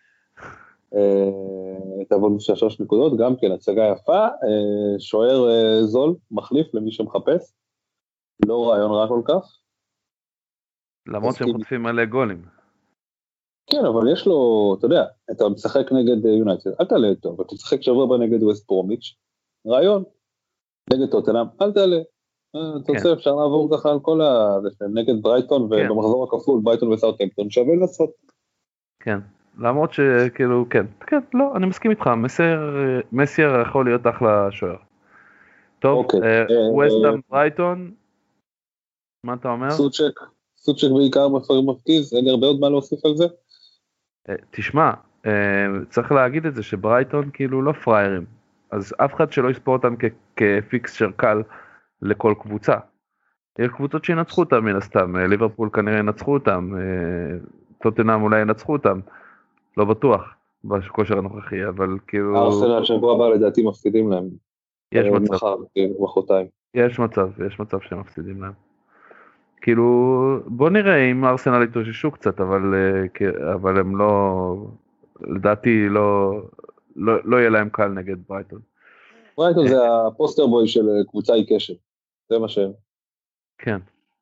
B: את הבונוס של 3 נקודות, גם כן, הצגה יפה, שוער זול, מחליף למי שמחפש, לא רעיון רע כל כך.
C: למרות שהם חוטפים מלא גולים.
B: כן, אבל יש לו, אתה יודע, אתה משחק נגד יונייטד, אל תעלה איתו, ואתה משחק שבוע בה נגד ווסט ברומיץ', רעיון, נגד טוטנהאם, אל תעלה. אתה רוצה, אפשר לעבור ככה על כל נגד ברייטון, ובמחזור הכפול, ברייטון וסאות'המפטון, שווה לעשות.
C: כן, למרות שכאילו, כן, לא, אני מסכים איתך, מסייר יכול להיות אחלה שוער. טוב, ווסטהאם ברייטון, מה אתה אומר?
B: סוצ'ק בעיקר מפגיז, אין הרבה עוד מה להוסיף על זה?
C: תשמע, צריך להגיד את זה שברייטון כאילו לא פריירים, אז אף אחד שלא יספור אותם כפיקסצ'ר קל לכל קבוצה. יש קבוצות שינצחו אותם מן הסתם, ליברפול כנראה ינצחו אותם, טוטנהאם אולי ינצחו אותם, לא בטוח בכושר הנוכחי, אבל כאילו...
B: ארסנל שבוע הבא לדעתי מפסידים להם.
C: יש מצב.
B: מחר, מחרתיים.
C: יש מצב שהם מפסידים להם. כאילו, בוא נראה אם ארסנל יתאוששו קצת, אבל הם לא, לדעתי לא יהיה להם קל נגד ברייטון.
B: ברייטון זה הפוסטר בוי של קבוצה עיקשת, זה מה שהם.
C: כן.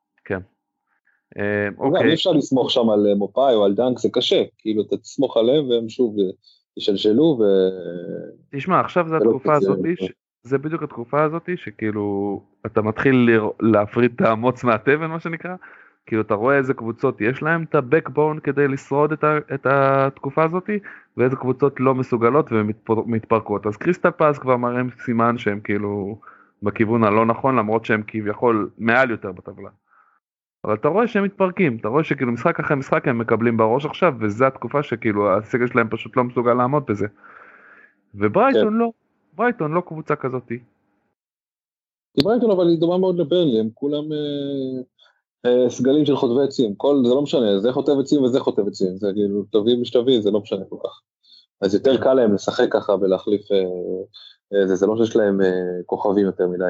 B: אוקיי. אי אפשר לסמוך שם על מופאי או על דנק, זה קשה, כאילו אתה תסמוך עליהם והם שוב ישלשלו
C: תשמע, עכשיו זה התקופה הזאת, זה בדיוק התקופה הזאת, שכאילו אתה מתחיל להפריד את המוץ מהתבן, מה שנקרא, כאילו אתה רואה איזה קבוצות יש להם את ה-backbone כדי לשרוד את התקופה הזאת, ואיזה קבוצות לא מסוגלות ומתפרקות. אז קריסטל פלאס כבר מראים סימן שהם כאילו בכיוון הלא נכון, למרות שהם כביכול מעל יותר בטבלה. אבל אתה רואה שהם מתפרקים, אתה רואה שכאילו משחק אחרי משחק הם מקבלים בראש עכשיו, וזו התקופה שכאילו הסגל שלהם פשוט לא מסוגל לעמוד בזה. וברייטון לא. ברייטון לא קבוצה כזאת.
B: ברייטון אבל היא דומה מאוד לברנלי, הם כולם סגלים של חוטבי עצים, זה לא משנה, זה חוטב עצים וזה חוטב עצים, זה כאילו טובים משתווים, זה לא משנה כל כך. אז יותר קל להם לשחק ככה ולהחליף, זה לא שיש להם כוכבים יותר מדי.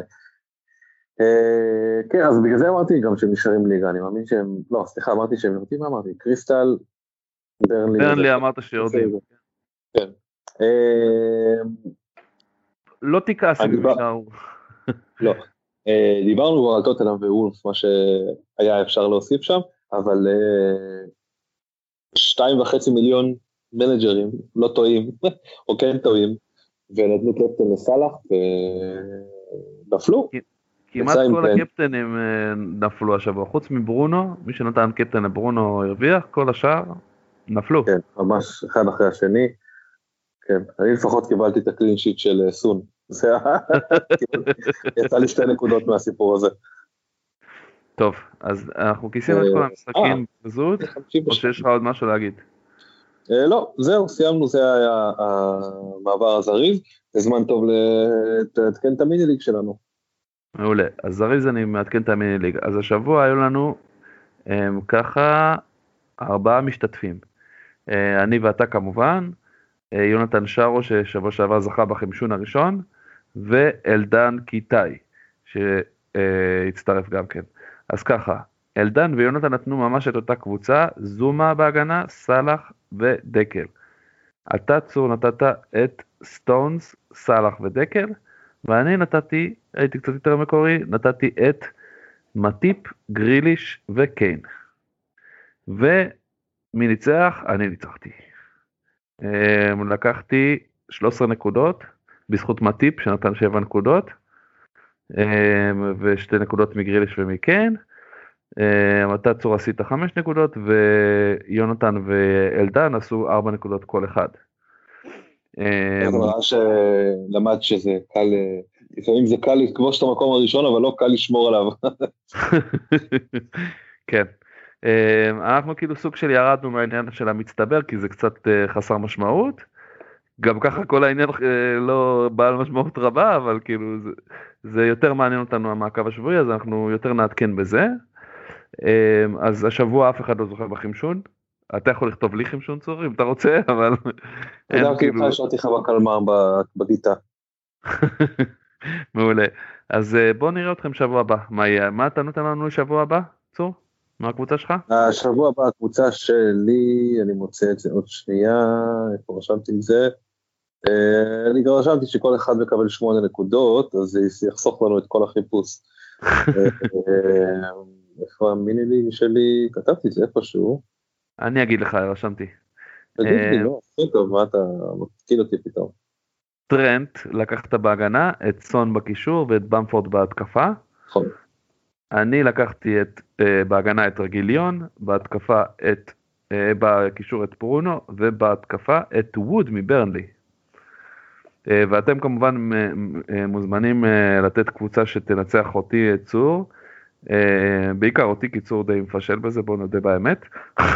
B: כן, אז בגלל זה אמרתי גם שהם נשארים ליגה, אני מאמין שהם, לא, סליחה, אמרתי שהם יורדים, מה אמרתי? קריסטל,
C: ברנלי אמרת שיורדים.
B: כן.
C: לא תיקס אם נשארו.
B: לא, דיברנו כבר על טוטנהאם וולף, מה שהיה אפשר להוסיף שם, אבל 2.5 מיליון מנג'רים לא טועים, או כן טועים, ונתנו קפטן לסלאח, ונפלו.
C: כמעט כל הקפטנים נפלו השבוע, חוץ מברונו, מי שנתן קפטן לברונו הרוויח, כל השאר נפלו.
B: כן, ממש אחד אחרי השני, כן, אני לפחות קיבלתי את הקלין שיט של סון, יצא לי 2 נקודות מהסיפור הזה.
C: טוב, אז אנחנו כיסינו את כל המשחקים בזאת, או שיש לך עוד משהו להגיד?
B: לא, זהו, סיימנו, זה היה המעבר הזריז, זה זמן טוב להתעדכן את המיני ליג שלנו.
C: מעולה, אז זריז אני מעדכן את המיני ליג. אז השבוע היו לנו ככה 4 משתתפים. אני ואתה כמובן, יונתן שרו ששבוע שעבר זכה בחמשון הראשון, ואלדן קיטאי שהצטרף גם כן. אז ככה, אלדן ויונתן נתנו ממש את אותה קבוצה, זומה בהגנה, סלח ודקל. אתה צור נתת את סטונס, סלח ודקל, ואני נתתי, הייתי קצת יותר מקורי, נתתי את מטיפ, גריליש וקיין. ומי ניצח? אני ניצחתי. לקחתי 13 נקודות, בזכות מטיפ שנתן 7 נקודות, ו2 נקודות מגריליש ומיקיין. אתה צור עשית 5 נקודות, ויונתן ואלדן עשו 4 נקודות כל אחד.
B: זאת אומרת שלמד שזה קל, לפעמים זה קל לכבוש את המקום הראשון, אבל לא קל לשמור עליו.
C: כן. אנחנו כאילו סוג של ירדנו מהעניין של המצטבר, כי זה קצת חסר משמעות. גם ככה כל העניין לא בעל משמעות רבה, אבל כאילו זה יותר מעניין אותנו המעקב השבועי, אז אנחנו יותר נעדכן בזה. אז השבוע אף אחד לא זוכה בחמשון. אתה יכול לכתוב לי חמשון צור אם אתה רוצה, אבל...
B: אתה יודע, כאילו... שאלתי לך בקלמר בגיטה.
C: מעולה. אז בוא נראה אתכם שבוע הבא. מה אתה נותן לנו לשבוע הבא, צור? מה הקבוצה שלך?
B: השבוע הבא הקבוצה שלי, אני מוצא את זה עוד שנייה, איפה רשמתי את זה? אני גם רשמתי שכל אחד מקבל 8 נקודות, אז זה יחסוך לנו את כל החיפוש. איפה המיני ליג שלי? כתבתי את זה איפשהו.
C: אני אגיד לך, רשמתי.
B: תגיד לי, לא, טוב, מה אתה מתקיל אותי פתאום?
C: טרנט, לקחת בהגנה, את סון בקישור ואת במפורד בהתקפה.
B: נכון.
C: אני לקחתי בהגנה את רגיליון, בהתקפה בקישור את פרונו, ובהתקפה את ווד מברנלי. ואתם כמובן מוזמנים לתת קבוצה שתנצח אותי את צור, בעיקר אותי כי צור די מפשל בזה, בואו נודה באמת.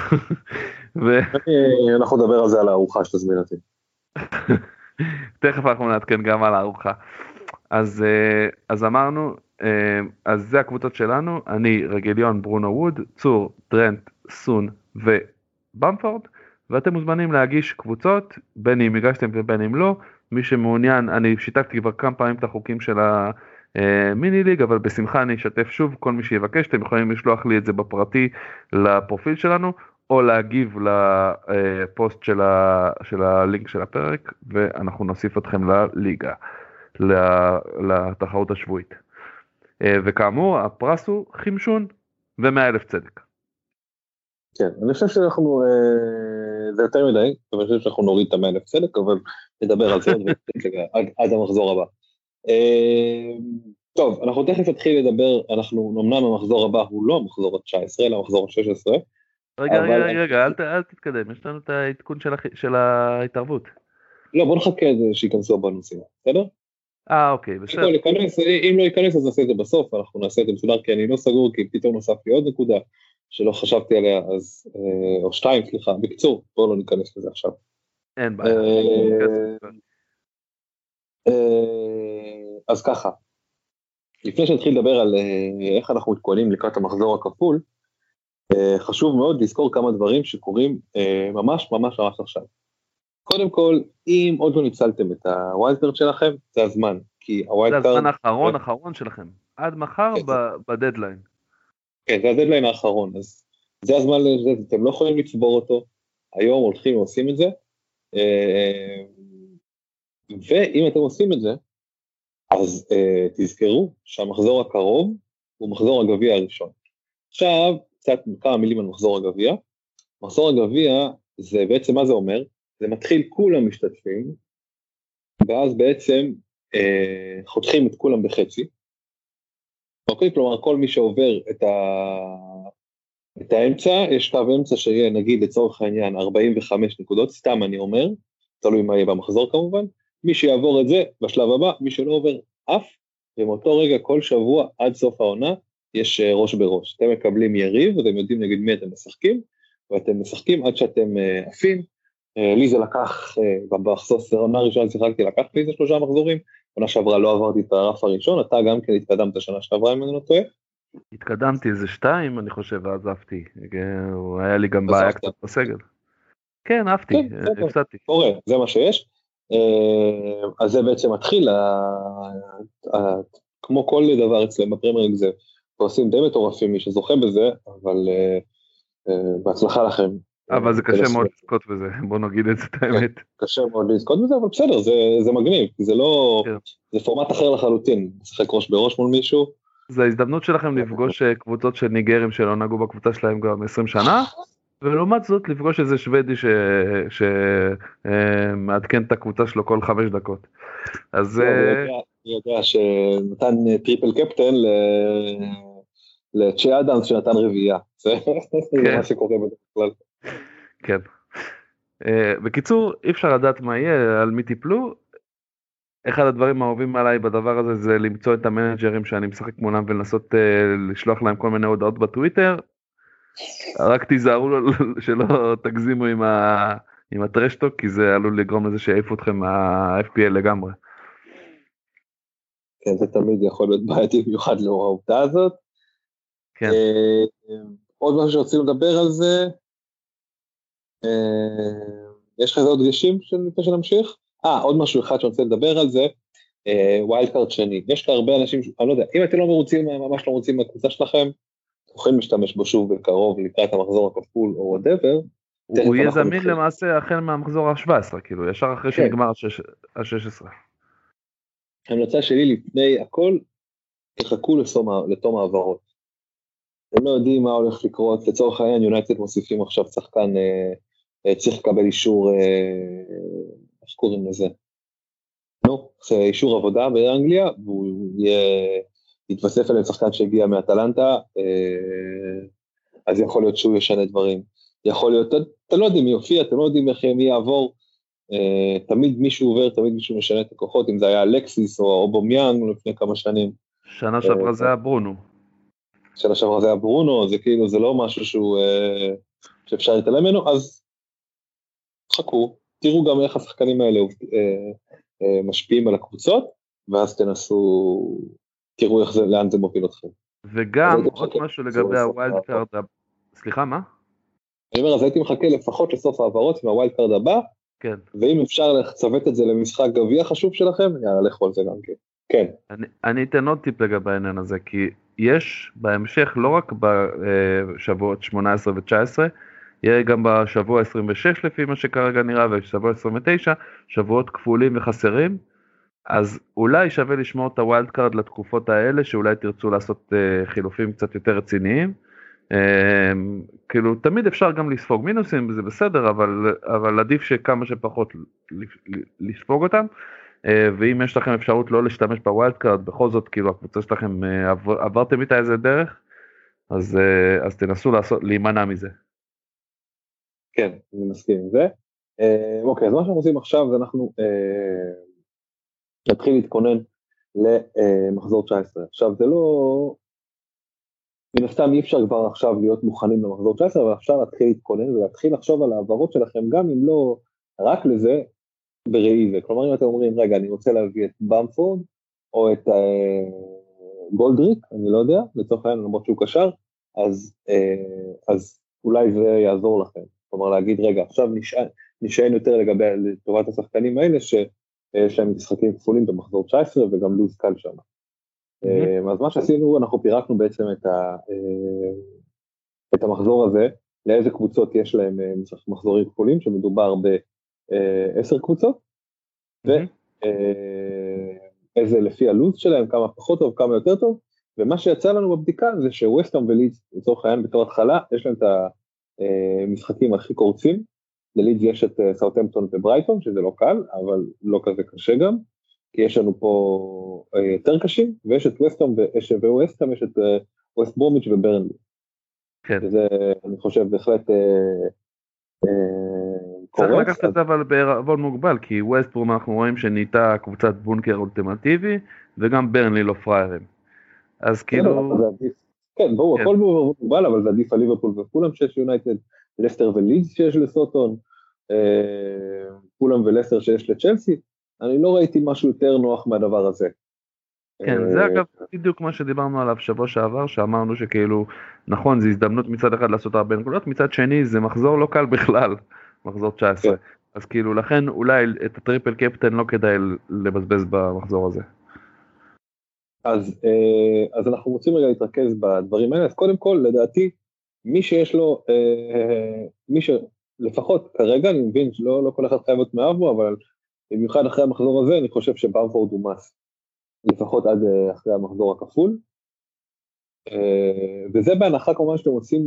B: אנחנו נדבר על זה על הארוחה שתזמין אותי.
C: תכף אנחנו נעדכן גם על הארוחה. אז אמרנו, אז זה הקבוצות שלנו, אני רגיליון, ברונו ווד, צור, טרנט, סון ובמפורד, ואתם מוזמנים להגיש קבוצות, בין אם הגשתם ובין אם לא, מי שמעוניין, אני שיתפתי כבר כמה פעמים את החוקים של המיני ליג, אבל בשמחה אני אשתף שוב, כל מי שיבקש, אתם יכולים לשלוח לי את זה בפרטי לפרופיל שלנו, או להגיב לפוסט של הלינק של הפרק, ואנחנו נוסיף אתכם לליגה, לתחרות השבועית. וכאמור, הפרס הוא חמשון ו100,000 צדק.
B: כן, אני חושב שאנחנו, זה יותר מדי, אבל אני חושב שאנחנו נוריד את 100,000 צדק, אבל נדבר על זה עד המחזור הבא. טוב, אנחנו תכף נתחיל לדבר, אמנם המחזור הבא הוא לא המחזור ה-19, אלא המחזור ה-16.
C: רגע, אל תתקדם, יש לנו את העדכון של ההתערבות.
B: לא, בוא נחכה שיכנסו בנושאים, בסדר?
C: אוקיי, בסדר.
B: אם לא ייכנס אז נעשה את זה בסוף, אנחנו נעשה את זה מסודר, כי אני לא סגור, כי פתאום נוסף לי עוד נקודה שלא חשבתי עליה, אז, או 2, סליחה, בקצור, בואו לא ניכנס לזה עכשיו.
C: אין בעיה.
B: אז ככה, לפני שנתחיל לדבר על איך אנחנו מתכוננים לקראת המחזור הכפול, חשוב מאוד לזכור כמה דברים שקורים ממש עכשיו. קודם כל, אם עוד לא ניצלתם את הווילד-קארד שלכם, זה הזמן, כי הווילד-קארד...
C: זה הזמן האחרון שלכם, עד מחר בדדליין.
B: כן, זה הדדליין האחרון, אז זה הזמן, אתם לא יכולים לצבור אותו, היום הולכים ועושים את זה, ואם אתם עושים את זה, אז תזכרו שהמחזור הקרוב הוא מחזור הגביע הראשון. עכשיו, קצת כמה מילים על מחזור הגביע. מחזור הגביע, זה בעצם מה זה אומר? זה מתחיל כולם משתתפים, ואז בעצם חותכים את כולם בחצי. אוקיי? כלומר, כל מי שעובר את האמצע, יש קו אמצע שיהיה, נגיד, לצורך העניין, 45 נקודות, סתם אני אומר, תלוי מה יהיה במחזור כמובן, מי שיעבור את זה בשלב הבא, מי שלא עובר אף, ומאותו רגע כל שבוע עד סוף העונה, יש ראש בראש. אתם מקבלים יריב, ואתם יודעים נגד מי אתם משחקים, ואתם משחקים עד שאתם עפים, לי זה לקח, בעונה הראשונה שיחקתי, לקח לי איזה 3 מחזורים, עונה שעברה לא עברתי את הרף הראשון, אתה גם כן התקדמת שנה שעברה אם אני לא טועה.
C: התקדמתי איזה 2 אני חושב ועזבתי, היה לי גם בעיה קצת בסגל. כן, אהבתי, הפסדתי.
B: קורה, זה מה שיש. אז זה בעצם מתחיל, כמו כל דבר אצלם בפרמייר ליג זה, ועושים די מטורפים מי שזוכה בזה, אבל בהצלחה לכם.
C: אבל זה קשה מאוד לזכות בזה, בוא נגיד את זה את האמת.
B: קשה מאוד לזכות בזה, אבל בסדר, זה מגניב, זה לא, זה פורמט אחר לחלוטין, לשחק ראש בראש מול מישהו.
C: זה ההזדמנות שלכם לפגוש קבוצות של ניגרים שלא נגעו בקבוצה שלהם גם 20 שנה, ולעומת זאת לפגוש איזה שוודי שמעדכן את הקבוצה שלו כל 5 דקות. אז
B: אני יודע שנתן טריפל קפטן לצ'י אדמס שנתן רביעייה, זה מה שקורה בדרך כלל.
C: כן. בקיצור, אי אפשר לדעת מה יהיה, על מי טיפלו. אחד הדברים האהובים עליי בדבר הזה זה למצוא את המנג'רים שאני משחק מולם ולנסות לשלוח להם כל מיני הודעות בטוויטר. רק תיזהרו שלא תגזימו עם הטרשטוק, כי זה עלול לגרום לזה שיעיפו אתכם מה-FPL לגמרי.
B: כן, זה תמיד יכול להיות בעייתי במיוחד לאור העובדה הזאת.
C: כן.
B: עוד משהו שרצינו לדבר על זה, יש לך איזה עוד דגשים לפני שנמשיך? עוד משהו אחד שאני רוצה לדבר על זה, ווילד קארד שני. יש לך הרבה אנשים, אני לא יודע, אם אתם לא מרוצים, ממש לא מרוצים מהקבוצה שלכם, יכולים להשתמש בו שוב בקרוב לקראת המחזור הכפול או whatever.
C: הוא יהיה זמין למעשה החל מהמחזור ה-17, כאילו, ישר אחרי שנגמר ה-16.
B: ההמלצה שלי לפני הכל, תחכו לתום העברות. הם לא יודעים מה הולך לקרות, לצורך העניין יונייטד מוסיפים עכשיו שחקן, צריך לקבל אישור, איך קוראים לזה? זה אישור עבודה באנגליה, והוא יתווסף אליהם שחקן שהגיע מאטלנטה, אז יכול להיות שהוא ישנה דברים. יכול להיות, אתם לא יודעים מי יופיע, אתם לא יודעים איך מי יעבור, תמיד מישהו עובר, תמיד מישהו משנה את הכוחות, אם זה היה אלקסיס או אובומיאנג לפני כמה שנים.
C: שנה שעברה זה היה ברונו.
B: שנה שעברה זה היה ברונו, זה כאילו, זה לא משהו שאפשר להתעלם ממנו, אז חכו, תראו גם איך השחקנים האלה משפיעים על הקבוצות, ואז תנסו, תראו איך זה, לאן זה מוביל אתכם.
C: וגם עוד משהו לגבי הווילד קארד, סליחה, מה?
B: אני אומר, אז הייתי מחכה לפחות לסוף העברות מהווילד קארד הבא,
C: כן.
B: ואם אפשר לצוות את זה למשחק גביע חשוב שלכם, יאללה, לכו על זה גם כן. כן.
C: אני אתן עוד טיפ לגבי העניין הזה, כי יש בהמשך, לא רק בשבועות 18 ו-19, יהיה גם בשבוע 26 לפי מה שכרגע נראה, ובשבוע 29, שבועות כפולים וחסרים, אז אולי שווה לשמור את הווילד קארד לתקופות האלה, שאולי תרצו לעשות חילופים קצת יותר רציניים, כאילו תמיד אפשר גם לספוג מינוסים, זה בסדר, אבל עדיף שכמה שפחות לספוג אותם, ואם יש לכם אפשרות לא להשתמש בווילד קארד, בכל זאת כאילו הקבוצה שלכם עברתם איתה איזה דרך, אז תנסו להימנע מזה.
B: כן, אני מסכים עם זה. אוקיי, אז מה שאנחנו עושים עכשיו, זה אנחנו נתחיל להתכונן למחזור 19. עכשיו זה לא, מן הסתם אי אפשר כבר עכשיו להיות מוכנים למחזור 19, אבל אפשר להתחיל להתכונן ולהתחיל לחשוב על העברות שלכם, גם אם לא רק לזה, בראי זה. כלומר, אם אתם אומרים, רגע, אני רוצה להביא את במפורד, או את גולדריק, אני לא יודע, לצורך העניין, למרות שהוא קשר, אז אולי זה יעזור לכם. כלומר, להגיד, רגע, עכשיו נשען יותר לגבי לטובת השחקנים האלה, שיש להם משחקים כפולים במחזור 19, וגם לוז קל שם. אז מה שעשינו, אנחנו פירקנו בעצם את המחזור הזה, לאיזה קבוצות יש להם מחזורים כפולים, שמדובר ב10 קבוצות, ואיזה לפי הלוז שלהם, כמה פחות טוב, כמה יותר טוב, ומה שיצא לנו בבדיקה זה שווסטהאם ולידס, לצורך העניין בתור התחלה, יש להם את המשחקים הכי קורצים, ללידס יש את סאות'המפטון וברייטון, שזה לא קל, אבל לא כזה קשה גם, כי יש לנו פה יותר קשים, ויש את ווסטהאם, וווסטהאם יש את ווסט ברומיץ' וברנלי.
C: כן.
B: וזה, אני חושב, בהחלט
C: צריך לקחת את זה אבל בערבון מוגבל, כי ווסט ברום אנחנו רואים שנהייתה קבוצת בונקר אולטימטיבי, וגם ברנלי לא פריירים. אז כאילו...
B: כן, ברור, הכל בערבון מוגבל, אבל זה עדיף על ליברפול ופולאם שיש יונייטד, לסטר ולידס שיש לסוטון, פולאם ולסטר שיש לצ'לסי, אני לא ראיתי משהו יותר נוח מהדבר הזה.
C: כן, זה אגב בדיוק מה שדיברנו עליו שבוע שעבר, שאמרנו שכאילו, נכון, זו הזדמנות מצד אחד לעשות הרבה נקודות, מצד שני זה מחזור לא קל בכלל, מחזור 19.
B: כן.
C: אז כאילו, לכן אולי את הטריפל קפטן לא כדאי לבזבז במחזור הזה.
B: אז אנחנו רוצים רגע להתרכז בדברים האלה, אז קודם כל, לדעתי, מי שיש לו, לפחות כרגע, אני מבין שלא כל אחד חייב להיות מאהב בו, אבל במיוחד אחרי המחזור הזה, אני חושב שבמפורד הוא מס, לפחות עד אחרי המחזור הכפול, וזה בהנחה כמובן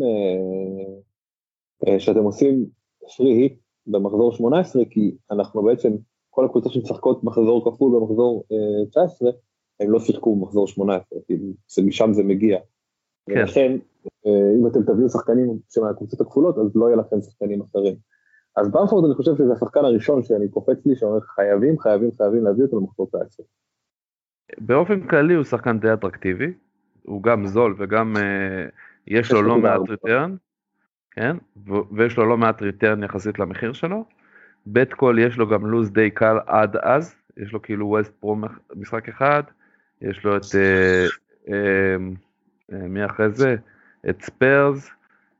B: שאתם עושים פרי היט במחזור 18, כי אנחנו בעצם, כל הקבוצות שמשחקות מחזור כפול במחזור 19, הם לא שיחקו במחזור 18, כי משם זה מגיע. כן. ולכן, אם אתם תביאו שחקנים מהקבוצות הכפולות, אז לא יהיה לכם שחקנים אחרים. אז במפורד אני חושב שזה השחקן הראשון שאני קופץ לי, שאומר חייבים להביא אותו למחזור 19.
C: באופן כללי הוא שחקן די אטרקטיבי, הוא גם זול וגם יש לו לא מעט ריטרן, כן? ויש לו לא מעט ריטרן יחסית למחיר שלו. בית קול יש לו גם לוז די קל עד אז, יש לו כאילו ווסט פרו משחק אחד, יש לו את מי אחרי זה? את ספיירס,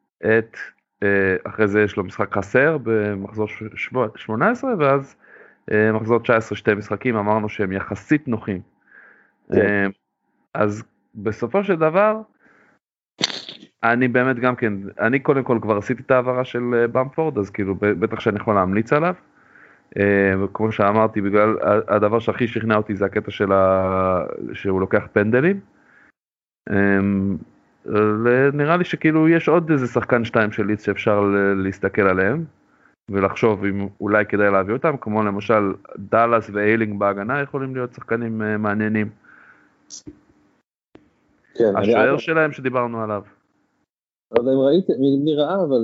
C: אחרי זה יש לו משחק חסר במחזור 18, ואז מחזור 19 שתי משחקים, אמרנו שהם יחסית נוחים. אז בסופו של דבר, אני באמת גם כן, אני קודם כל כבר עשיתי את העברה של במפורד, אז כאילו בטח שאני יכול להמליץ עליו, וכמו שאמרתי, בגלל הדבר שהכי שכנע אותי זה הקטע שהוא לוקח פנדלים, נראה לי שכאילו יש עוד איזה שחקן 2 של ליץ שאפשר להסתכל עליהם, ולחשוב אם אולי כדאי להביא אותם, כמו למשל דאלאס ואיילינג בהגנה יכולים להיות שחקנים מעניינים.
B: כן,
C: השוער שלהם שדיברנו עליו.
B: לא יודע אם ראיתי, מי ראה, אבל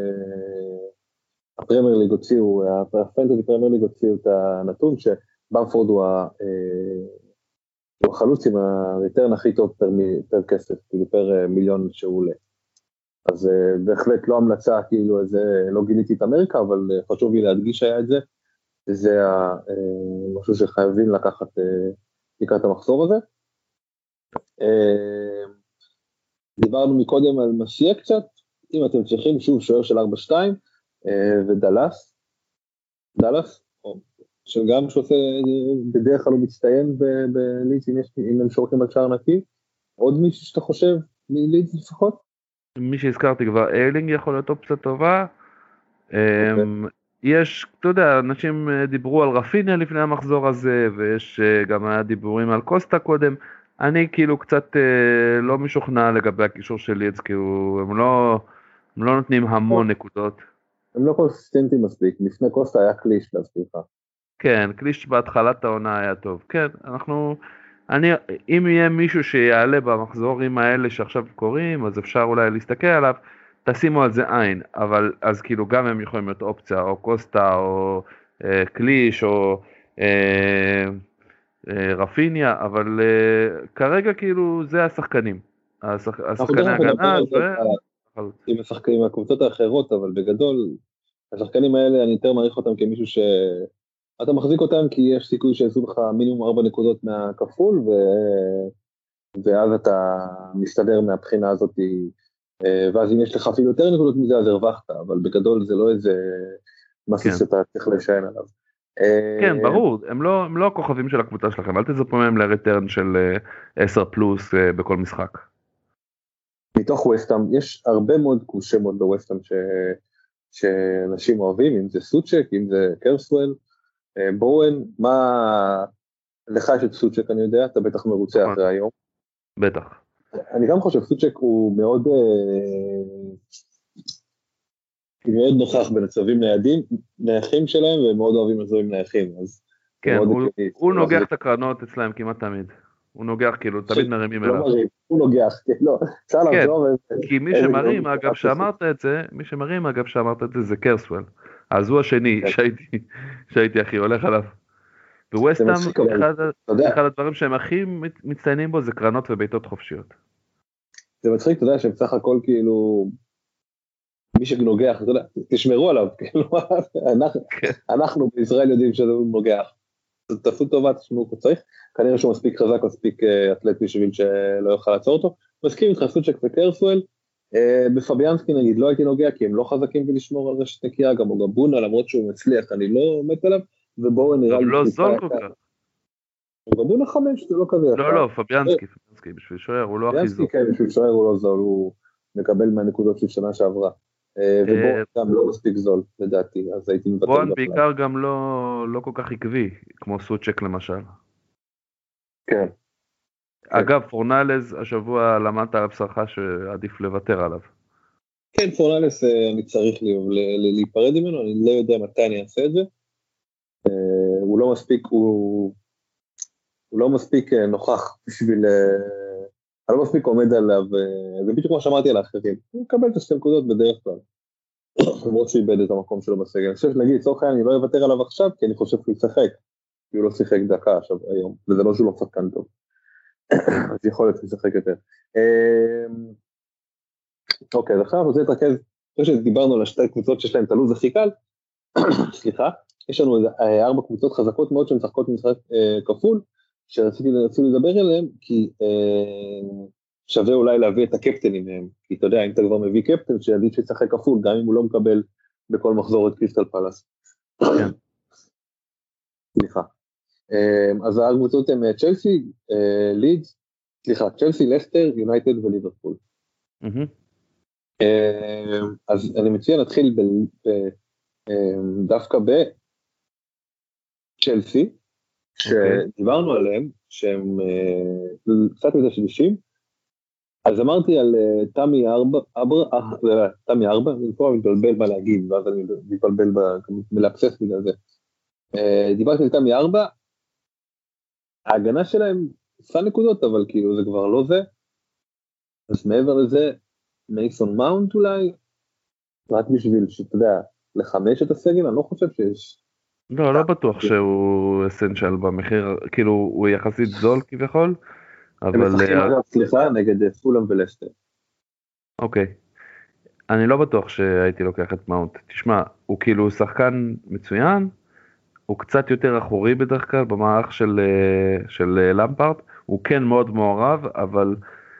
B: הפרמייר ליג הוציאו, הפנטזי פרמייר ליג הוציאו את הנתון שבמפורד הוא החלוץ עם הריטרן הכי טוב פר כסף, כאילו פר מיליון שהוא עולה. אז בהחלט לא המלצה, כאילו לא גיליתי את אמריקה, אבל חשוב לי להדגיש היה את זה, וזה משהו שחייבים לקחת לקראת המחזור הזה. דיברנו מקודם על משיע קצת, אם אתם צריכים שוב שוער של 4-2, ודלס, שגם שעושה, בדרך כלל הוא מצטיין בליץ, אם הם שורקים על שער נקי, עוד מישהו שאתה חושב מליץ לפחות?
C: מי שהזכרתי כבר, איילינג יכול להיות אופציה טובה, יש, אתה יודע, אנשים דיברו על רפיניה לפני המחזור הזה, ויש גם היה דיבורים על קוסטה קודם, אני כאילו קצת לא משוכנע לגבי הקישור של ליץ, כי הם לא נותנים המון נקודות.
B: הם לא קונסיסטנטים מספיק, לפני קוסטה היה קליש להספיק.
C: כן, קליש בהתחלת העונה היה טוב. כן, אם יהיה מישהו שיעלה במחזורים האלה שעכשיו קוראים, אז אפשר אולי להסתכל עליו, תשימו על זה עין, אבל אז כאילו גם הם יכולים להיות אופציה, או קוסטה, או קליש, או רפיניה, אבל כרגע כאילו זה השחקנים. השחקני הגנה
B: עם השחקנים מהקבוצות האחרות, אבל בגדול, השחקנים האלה אני יותר מעריך אותם כמישהו שאתה מחזיק אותם, כי יש סיכוי שיעשו לך מינימום 4 נקודות מהכפול, ואז אתה מסתדר מהבחינה הזאת, ואז אם יש לך אפילו יותר נקודות מזה, אז הרווחת, אבל בגדול זה לא איזה משהו שאתה צריך להישען עליו.
C: כן, ברור, הם לא הכוכבים של הקבוצה שלכם, אל תזפו מהם לריטרן של 10 פלוס בכל משחק.
B: מתוך ווסטהאם, יש הרבה מאוד שמות בווסטהאם שאנשים אוהבים, אם זה סוצ'ק, אם זה קרסוול, בואן, מה לך יש את סוצ'ק, אני יודע, אתה בטח מרוצה אחרי היום.
C: בטח.
B: אני גם חושב, סוצ'ק הוא מאוד נוכח במצבים נייחים שלהם, והם מאוד אוהבים מצבים נייחים, אז...
C: כן, הוא נוגח את הקרנות אצלהם כמעט תמיד. הוא נוגח, כאילו, תמיד מרימים אליו.
B: הוא נוגח, לא,
C: כן, כי מי שמרים, אגב, שאמרת את זה, זה קרסוול. אז הוא השני שהייתי הכי הולך עליו. וווסטהאם, אחד הדברים שהם הכי מצטיינים בו זה קרנות וביתות חופשיות.
B: זה מצחיק, אתה יודע, שבסך הכל כאילו, מי שנוגח, אתה יודע, תשמרו עליו, כאילו, אנחנו בישראל יודעים שזה נוגח. תעשו טובה, תשמעו כמו צריך, כנראה שהוא מספיק חזק, מספיק אתלט בשביל שלא יוכל לעצור אותו. מסכים איתך, סוצ'ק וקרסואל, בפביאנסקי נגיד לא הייתי נוגע, כי הם לא חזקים ולשמור על רשת נקייה, גם גבונה, למרות שהוא מצליח, אני לא מת עליו, ובואו נראה לי...
C: לא זול כל כך.
B: גבונה 5, זה לא כזה יפה.
C: לא, פביאנסקי, בשביל שוער, הוא לא הכי זול.
B: כן, בשביל שוער הוא לא זול, הוא מקבל מהנקודות של שנה שעברה. ובואו גם לא מספיק זול, לדעתי, אז הייתי מבטל בפלאט.
C: בואן בעיקר גם לא כל כך עקבי, כמו סוצ'ק למשל.
B: כן.
C: אגב, פורנלס, השבוע למדת על בשרך שעדיף לוותר עליו.
B: כן, פורנלס אני צריך להיפרד ממנו, אני לא יודע מתי אני אעשה את זה. הוא לא מספיק נוכח בשביל... אני לא מספיק עומד עליו, זה בדיוק כמו שאמרתי על האחרים. הוא מקבל את השתי נקודות בדרך כלל. למרות שהוא איבד את המקום שלו בסגל. אני חושב שנגיד, צורך העניין, אני לא אוותר עליו עכשיו, כי אני חושב שהוא ישחק. כי הוא לא שיחק דקה עכשיו, היום, וזה לא שהוא לא שחקן טוב. אז יכול להיות שהוא ישחק יותר. אוקיי, אז עכשיו אני רוצה להתרכז, אחרי שדיברנו על השתי קבוצות שיש להם את הלוז הכי קל, סליחה, יש לנו 4 קבוצות חזקות מאוד שמשחקות משחק כפול, שרציתי לדבר עליהם, כי שווה אולי להביא את הקפטנים מהם, כי אתה יודע, אם אתה כבר מביא קפטן, שעדיף שישחק כפול, גם אם הוא לא מקבל בכל מחזור את קריסטל פלאס. סליחה. אז הקבוצות הן צ'לסי, לידס, סליחה, צ'לסי, לסטר, יונייטד וליברפול. אז אני מציע להתחיל דווקא בצ'לסי, שדיברנו עליהם, שהם קצת מזה שלישים, אז אמרתי על תמי ארבע, אני כבר מתבלבל מה להגיד, ואז אני מתבלבל מלאפסס בגלל זה. דיברתי על תמי ארבע, ההגנה שלהם עושה נקודות, אבל כאילו זה כבר לא זה, אז מעבר לזה, מייסון מאונט אולי, רק בשביל שאתה יודע, לחמש את הסגל, אני לא חושב שיש...
C: לא בטוח שהוא אסנשל במחיר, כאילו הוא יחסית זול כביכול, אבל...
B: הם משחקים אגב, סליחה, נגד פולאם ולסטר.
C: אוקיי. אני לא בטוח שהייתי לוקח את מאונט. תשמע, הוא כאילו שחקן מצוין, הוא קצת יותר אחורי בדרך כלל במערך של למפארד, הוא כן מאוד מעורב, אבל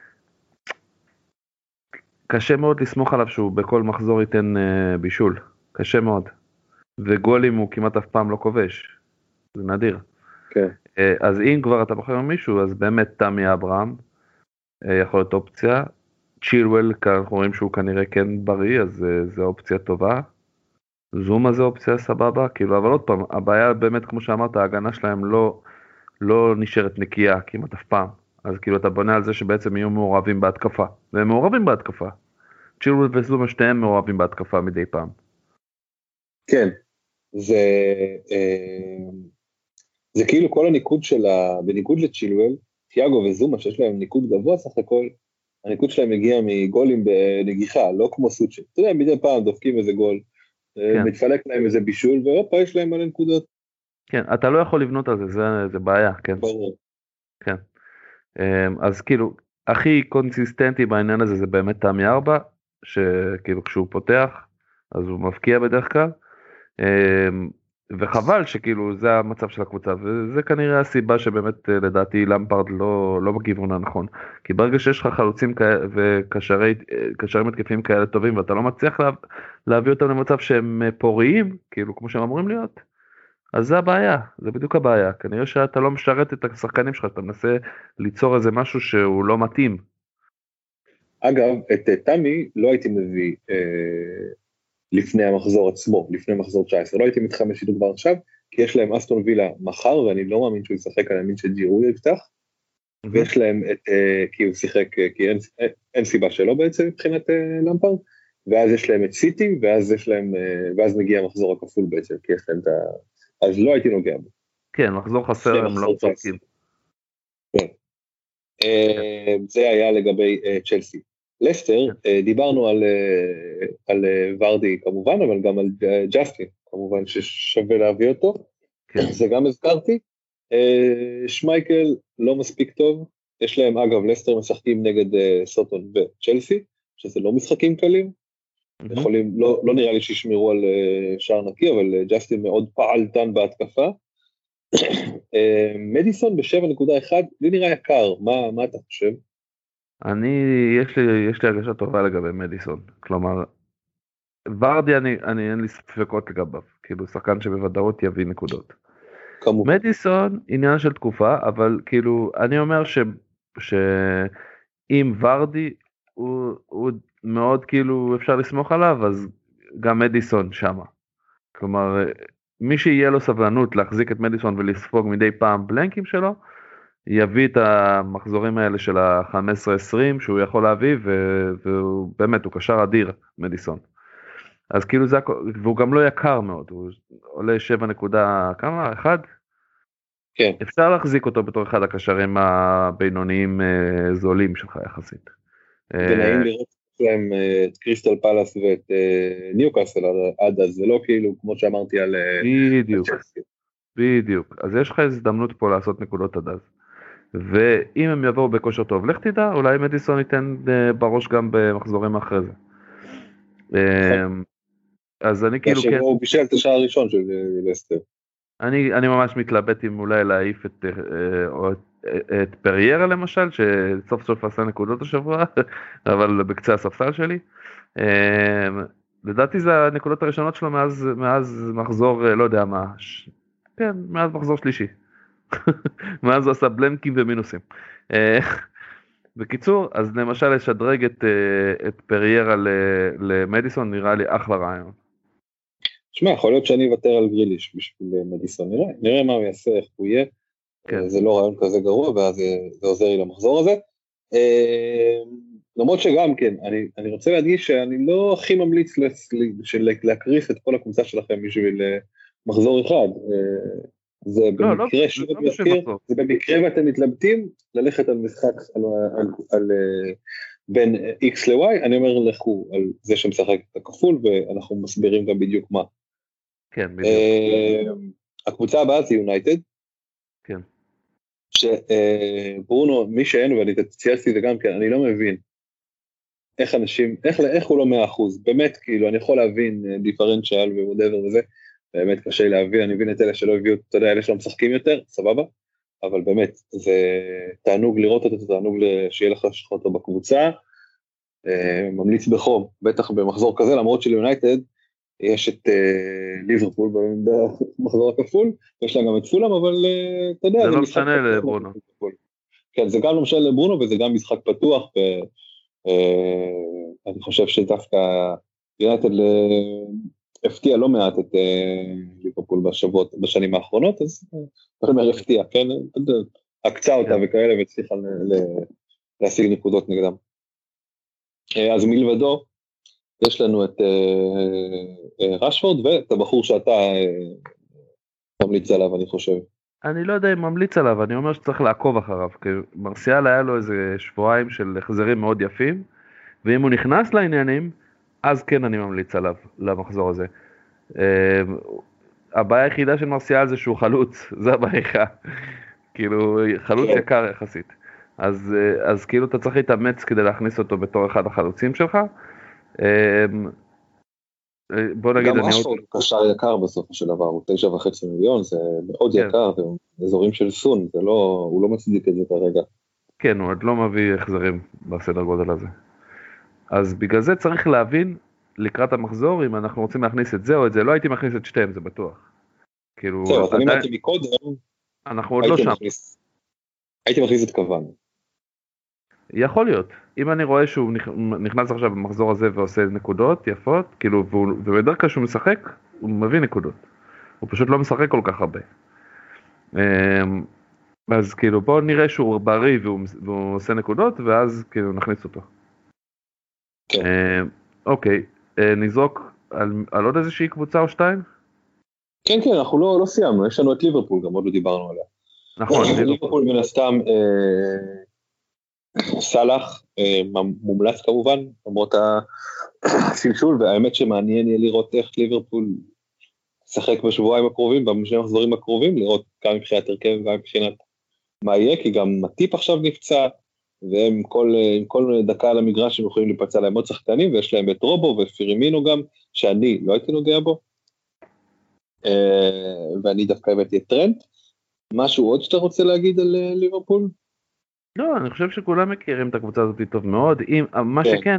C: קשה מאוד לסמוך עליו שהוא בכל מחזור ייתן בישול. קשה מאוד. וגולים הוא כמעט אף פעם לא כובש. זה נדיר.
B: כן.
C: אז אם כבר אתה בוחר מישהו, אז באמת תמי אברהם יכול להיות אופציה. צ'ילואל, אנחנו רואים שהוא כנראה כן בריא, אז זו אופציה טובה. זומה זה אופציה סבבה, כאילו, אבל עוד פעם, הבעיה באמת, כמו שאמרת, ההגנה שלהם לא נשארת נקייה כמעט אף פעם. אז כאילו אתה בונה על זה שבעצם יהיו מעורבים בהתקפה, והם מעורבים בהתקפה. צ'ילואל וזומה שתיהם מעורבים בהתקפה מדי פעם.
B: כן, זה כאילו כל הניקוד שלה, בניגוד לצ'ילואל, תיאגו וזומה שיש להם ניקוד גבוה סך הכל, הניקוד שלהם מגיע מגולים בנגיחה, לא כמו סוצ'ק. אתה יודע, מדי פעם דופקים איזה גול, מתפלק להם איזה בישול, ואופה, יש להם מלא נקודות.
C: כן, אתה לא יכול לבנות על זה, זה בעיה, כן.
B: ברור.
C: כן. אז כאילו, הכי קונסיסטנטי בעניין הזה זה באמת תמי ארבע, שכאילו כשהוא פותח, אז הוא מבקיע בדרך כלל, וחבל שכאילו זה המצב של הקבוצה, וזה כנראה הסיבה שבאמת לדעתי למפארד לא בכיוון הנכון, כי ברגע שיש לך חלוצים וקשרים התקפים כאלה טובים, ואתה לא מצליח להביא אותם למצב שהם פוריים, כאילו כמו שהם אמורים להיות, אז זה הבעיה, זה בדיוק הבעיה, כנראה שאתה לא משרת את השחקנים שלך, אתה מנסה ליצור איזה משהו שהוא לא מתאים.
B: אגב, את תמי לא הייתי מביא לפני המחזור עצמו, לפני מחזור 19, לא הייתי מתחמש איתו כבר עכשיו, כי יש להם אסטון וילה מחר, ואני לא מאמין שהוא ישחק, אני מאמין שג'ירו יפתח, ויש להם כי הוא שיחק, כי אין סיבה שלא בעצם מבחינת למפארד, ואז יש להם את סיטי, ואז מגיע המחזור הכפול בעצם, כי יש להם את אז לא הייתי נוגע בו.
C: כן, מחזור חסר הם לא צודקים.
B: כן. זה היה לגבי צ'לסי. לסטר, דיברנו על ורדי כמובן, אבל גם על ג'סטין, כמובן ששווה להביא אותו, זה גם הזכרתי. שמייקל לא מספיק טוב, יש להם אגב לסטר משחקים נגד סוטון וצ'לסי, שזה לא משחקים קלים, יכולים, לא נראה לי שישמרו על שער נקי, אבל ג'סטין מאוד פעלתן בהתקפה. מדיסון ב-7.1, לי נראה יקר, מה אתה חושב?
C: יש לי הרגשה טובה לגבי מדיסון, כלומר, ורדי אין לי ספקות לגביו, כאילו שחקן שבוודאות יביא נקודות.
B: כמובן.
C: מדיסון עניין של תקופה, אבל כאילו אני אומר שאם ורדי הוא מאוד כאילו אפשר לסמוך עליו, אז גם מדיסון שמה. כלומר, מי שיהיה לו סבלנות להחזיק את מדיסון ולספוג מדי פעם בלנקים שלו, יביא את המחזורים האלה של ה-15-20 שהוא יכול להביא, והוא באמת, הוא קשר אדיר, מדיסון. אז כאילו זה, והוא גם לא יקר מאוד, הוא עולה 7 נקודה, כמה? 1?
B: כן.
C: אפשר להחזיק אותו בתור אחד הקשרים הבינוניים זולים שלך יחסית.
B: ונעים לראות להם את קריסטל פלאס ואת ניוקאסל עד אז, זה לא כאילו כמו שאמרתי על
C: בדיוק, אז יש לך הזדמנות פה לעשות נקודות עד אז. ואם הם יבואו בכושר טוב, לך תדע, אולי מדיסון ייתן בראש גם במחזורים אחרי זה. אז אני כאילו כן...
B: הוא בישל את השער הראשון של לסטר.
C: אני ממש מתלבט אם אולי להעיף את פריירה למשל, שסוף סוף עשה נקודות השבוע, אבל בקצה הספסל שלי. לדעתי זה הנקודות הראשונות שלו מאז מחזור, לא יודע מה, כן, מאז מחזור שלישי. מאז הוא עשה בלנקים ומינוסים. בקיצור, אז למשל לשדרג את פריירה למדיסון נראה לי אחלה רעיון.
B: שמע, יכול להיות שאני אוותר על גריליש בשביל מדיסון, נראה מה הוא יעשה, איך הוא יהיה, כן. זה לא רעיון כזה גרוע, ואז זה עוזר לי למחזור הזה. למרות שגם כן, אני רוצה להדגיש שאני לא הכי ממליץ להקריס את כל הקבוצה שלכם בשביל מחזור אחד, זה במקרה, זה במקרה ואתם מתלבטים, ללכת על משחק על בין X ל-Y, אני אומר לכו על זה שמשחק את הכפול, ואנחנו מסבירים גם בדיוק מה.
C: כן, בדיוק.
B: הקבוצה הבאה זה יונייטד.
C: כן.
B: שברונו, מי שאין, ואני צייצתי זה גם כן, אני לא מבין איך אנשים, איך הוא לא 100%, באמת, כאילו, אני יכול להבין דיפרנציאל ומודבר וזה, באמת קשה להבין, אני מבין את אלה שלא הביאו, אתה יודע, אלה שלא משחקים יותר, סבבה, אבל באמת, זה תענוג לראות אותו, תענוג שיהיה לך אותו בקבוצה, ממליץ בחום, בטח במחזור כזה, למרות שליונייטד, יש את ליברפול במחזור הכפול, יש לה גם את פולאם, אבל אתה יודע,
C: זה לא משנה לברונו.
B: כן, זה גם לא משנה לברונו, וזה גם משחק פתוח, ואני חושב שדווקא יונייטד הפתיע לא מעט את ליברפול בשנים האחרונות, אז אני אומר הפתיע, כן, הקצה אותה וכאלה, והצליחה להשיג נקודות נגדם. אז מלבדו, יש לנו את רשפורד ואת הבחור שאתה ממליץ עליו, אני חושב.
C: אני לא יודע אם ממליץ עליו, אני אומר שצריך לעקוב אחריו, כי מרסיאל היה לו איזה שבועיים של החזרים מאוד יפים, ואם הוא נכנס לעניינים, אז כן אני ממליץ עליו, למחזור הזה. הבעיה היחידה של מרסיאל זה שהוא חלוץ, זה הבעיה, כאילו חלוץ יקר יחסית. אז כאילו אתה צריך להתאמץ כדי להכניס אותו בתור אחד החלוצים שלך, בוא נגיד
B: גם אשפורד קשר יקר בסוף של דבר, הוא 9.5 מיליון, זה מאוד יקר, זה אזורים של סון, הוא לא מצדיק את זה כרגע.
C: כן, הוא עוד לא מביא החזרים בסדר גודל הזה. אז בגלל זה צריך להבין לקראת המחזור, אם אנחנו רוצים להכניס את זה או את זה, לא הייתי מכניס את שתיהם, זה בטוח.
B: זהו, אז אני אמרתי מקודם,
C: אנחנו עוד לא שם.
B: הייתי מכניס את כוון.
C: יכול להיות, אם אני רואה שהוא נכנס עכשיו במחזור הזה ועושה נקודות יפות, כאילו, ובדרך כלל שהוא משחק, הוא מביא נקודות. הוא פשוט לא משחק כל כך הרבה. אז כאילו, בואו נראה שהוא בריא והוא עושה נקודות, ואז כאילו נכניס אותו. אוקיי, נזרוק על עוד איזושהי קבוצה או שתיים?
B: כן, אנחנו לא סיימנו, יש לנו את ליברפול, גם עוד לא דיברנו עליה.
C: נכון,
B: ליברפול מן הסתם, סלח, מומלץ כמובן, למרות הסלשול, והאמת שמעניין יהיה לראות איך ליברפול שחק בשבועיים הקרובים, בשני מחזורים הקרובים, לראות גם מבחינת הרכב וגם מבחינת מה יהיה, כי גם מטיפ עכשיו נפצע, והם עם כל דקה על המגרש הם יכולים להיפצע להם עוד שחקנים, ויש להם את רובו ופירמינו גם, שאני לא הייתי נוגע בו, ואני דווקא הבאתי את טרנט. משהו עוד שאתה רוצה להגיד על ליברפול?
C: לא, אני חושב שכולם מכירים את הקבוצה הזאת טוב מאוד, מה שכן,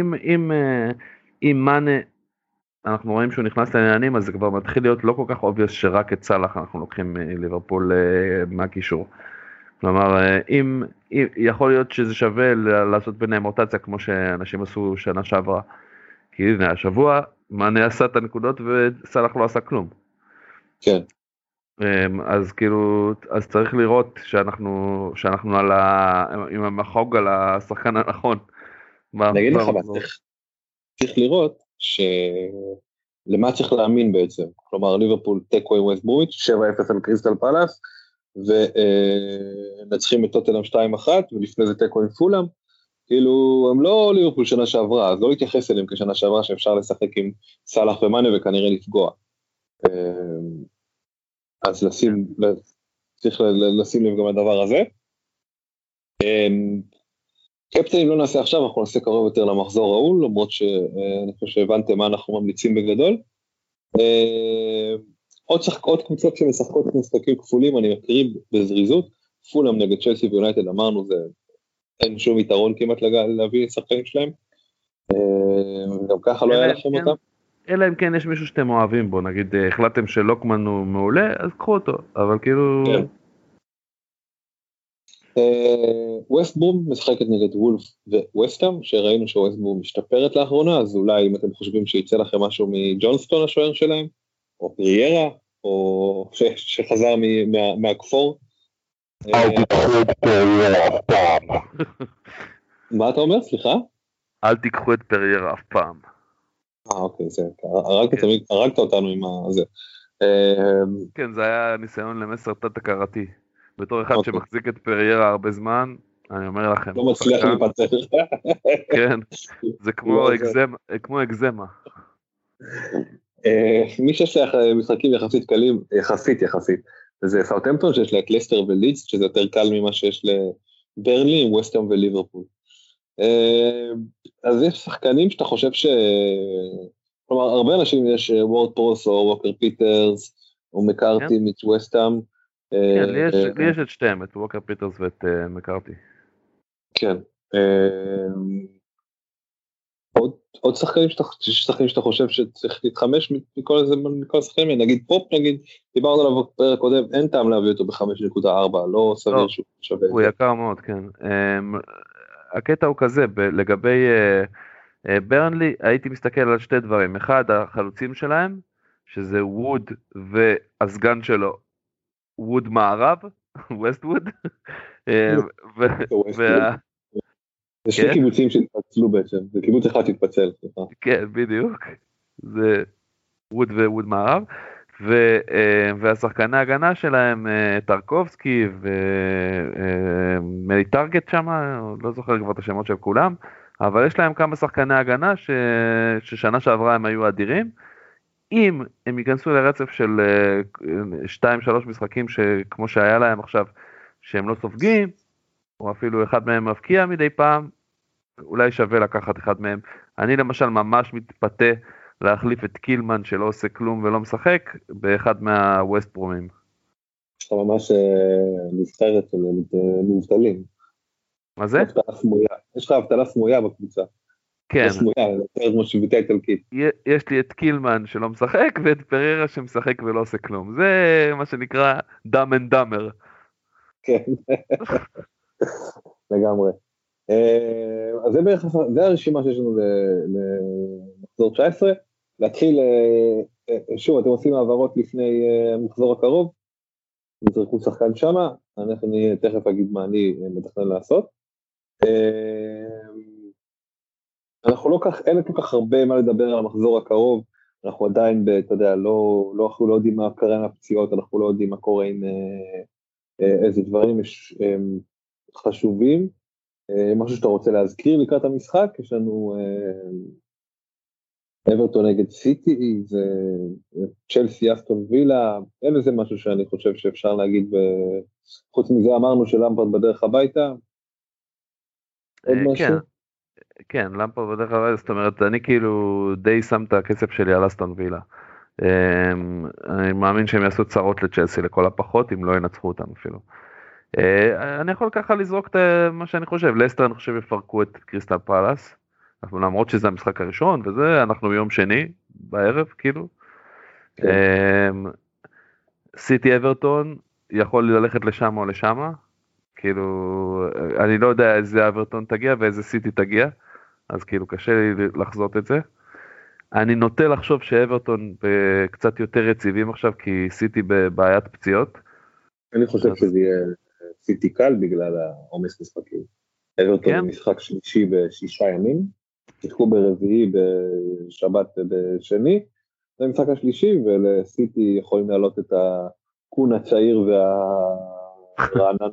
C: אם מאנה, אנחנו רואים שהוא נכנס לעניינים, אז זה כבר מתחיל להיות לא כל כך obvious שרק את סלאח אנחנו לוקחים ליברפול מהקישור. כלומר, אם יכול להיות שזה שווה לעשות ביניהם רוטציה כמו שאנשים עשו שנה שעברה. כי הנה, השבוע מאנה עשה את הנקודות וסלאח לא עשה כלום.
B: כן.
C: אז כאילו, אז צריך לראות שאנחנו עם המחוג על השחקן הנכון.
B: אני אגיד לך מה, צריך לראות למה צריך להאמין בעצם. כלומר, ליברפול תיקו עם ווסט ברומיץ' 7-0 על קריסטל פלאס, ונצחים את טוטנהאם 2-1, ולפני זה תיקו עם פולאם. כאילו, הם לא ליברפול שנה שעברה, אז לא להתייחס אליהם כשנה שעברה שאפשר לשחק עם סלאח ומאנה וכנראה לפגוע. אז צריך לשים לב גם לדבר הזה. קפטנים לא נעשה עכשיו, אנחנו נעשה קרוב יותר למחזור ההוא, למרות שאני חושב שהבנתם מה אנחנו ממליצים בגדול. עוד קבוצות שמשחקות משחקים כפולים, אני מקריא בזריזות, פולאם נגד צ'לסי ויונייטד, אמרנו, אין שום יתרון כמעט להביא שחקנים שלהם, גם ככה לא היה לכם אותם.
C: אלא אם כן יש מישהו שאתם אוהבים בו, נגיד החלטתם שלוקמן הוא מעולה, אז קחו אותו, אבל כאילו...
B: ווסט בום משחקת נגד וולף וווסטהאם, שראינו שווסט בום משתפרת לאחרונה, אז אולי אם אתם חושבים שיצא לכם משהו מג'ונסטון השוער שלהם, או פריירה, או שחזר מהכפור.
C: אל תיקחו את פריירה אף פעם.
B: מה אתה אומר? סליחה?
C: אל תיקחו את פריירה אף פעם.
B: אוקיי, זה, הרגת אותנו עם זה.
C: כן, זה היה ניסיון למסר תת-הכרתי. בתור אחד שמחזיק את פריירה הרבה זמן, אני אומר לכם.
B: לא מצליח להיפצח.
C: כן, זה כמו אקזמה.
B: מי שיש לה משחקים יחסית קלים, יחסית, זה סאות'המפטון שיש לה את לסטר ולידס, שזה יותר קל ממה שיש לברנלי עם ווסטהאם וליברפול. אז יש שחקנים שאתה חושב כלומר, הרבה אנשים יש וורד פרוס או ווקר פיטרס, או מקארטי מווסטהאם.
C: כן, לי יש את שתיהם, את ווקר פיטרס ואת מקארטי.
B: כן. עוד שחקנים שאתה חושב שצריך להתחמש מכל השחקנים, נגיד פופ, דיברנו עליו בפרק קודם, אין טעם להביא אותו ב-5.4, לא סביר שהוא שווה.
C: הוא יקר מאוד, כן. הקטע הוא כזה, לגבי ברנלי, הייתי מסתכל על שתי דברים, אחד, החלוצים שלהם, שזה ווד והסגן שלו, ווד מערב, ווסט ווד,
B: זה שני קיבוצים שהתפצלו בעצם, זה קיבוץ אחד שהתפצל.
C: כן, בדיוק, זה ווד וווד מערב, והשחקני ההגנה שלהם, טרקובסקי ומלי טרגט שם, לא זוכר כבר את השמות של כולם, אבל יש להם כמה שחקני הגנה ששנה שעברה הם היו אדירים, אם הם ייכנסו לרצף של 2-3 משחקים כמו שהיה להם עכשיו, שהם לא סופגים, או אפילו אחד מהם מבקיע מדי פעם, אולי שווה לקחת אחד מהם. אני למשל ממש מתפתה להחליף את קילמן שלא עושה כלום ולא משחק, באחד מהווסט ברומים.
B: יש לך ממש נבחרת של מובטלים.
C: מה זה?
B: יש לך אבטלה סמויה בקבוצה.
C: כן. יש לי את קילמן שלא משחק, ואת פריירה שמשחק ולא עושה כלום. זה מה שנקרא דאם אנד דאמר.
B: כן. לגמרי. אז זה הרשימה שיש לנו למחזור 19. להתחיל, שוב, אתם עושים העברות לפני המחזור הקרוב, נזרקו שחקן שמה, אני תכף אגיד מה אני מתכנן לעשות. אנחנו אין כל כך הרבה מה לדבר על המחזור הקרוב, אנחנו עדיין, אתה יודע, אנחנו לא יודעים מה קרה עם הפציעות, אנחנו לא יודעים מה קורה עם איזה דברים חשובים, משהו שאתה רוצה להזכיר לקראת המשחק, יש לנו אברטון נגד סיטי, זה צ'לסי אסטון וילה, אין איזה משהו שאני חושב שאפשר להגיד, חוץ מזה אמרנו שלמפרד בדרך הביתה, עוד משהו?
C: כן, למפרד בדרך כלל, זאת אומרת, אני כאילו די שם את הכסף שלי על אסטון וילה. אני מאמין שהם יעשו צרות לצ'לסי לכל הפחות, אם לא ינצחו אותם אפילו. אני יכול ככה לזרוק את מה שאני חושב, לסטר אני חושב יפרקו את קריסטל פלאס, למרות שזה המשחק הראשון וזה, אנחנו ביום שני בערב כאילו. סיטי אברטון יכול ללכת לשם או לשם, כאילו אני לא יודע איזה אברטון תגיע ואיזה סיטי תגיע, אז כאילו קשה לי לחזות את זה. אני נוטה לחשוב שאברטון קצת יותר יציבים עכשיו, כי סיטי בבעיית פציעות.
B: אני חושב שזה יהיה סיטי קל בגלל העומס משחקים. אברטון משחק שלישי ב6 ימים, שיחקו ברביעי, בשבת ובשני, זה המשחק השלישי, ולסיטי יכולים להעלות את הקון הצעיר והרענן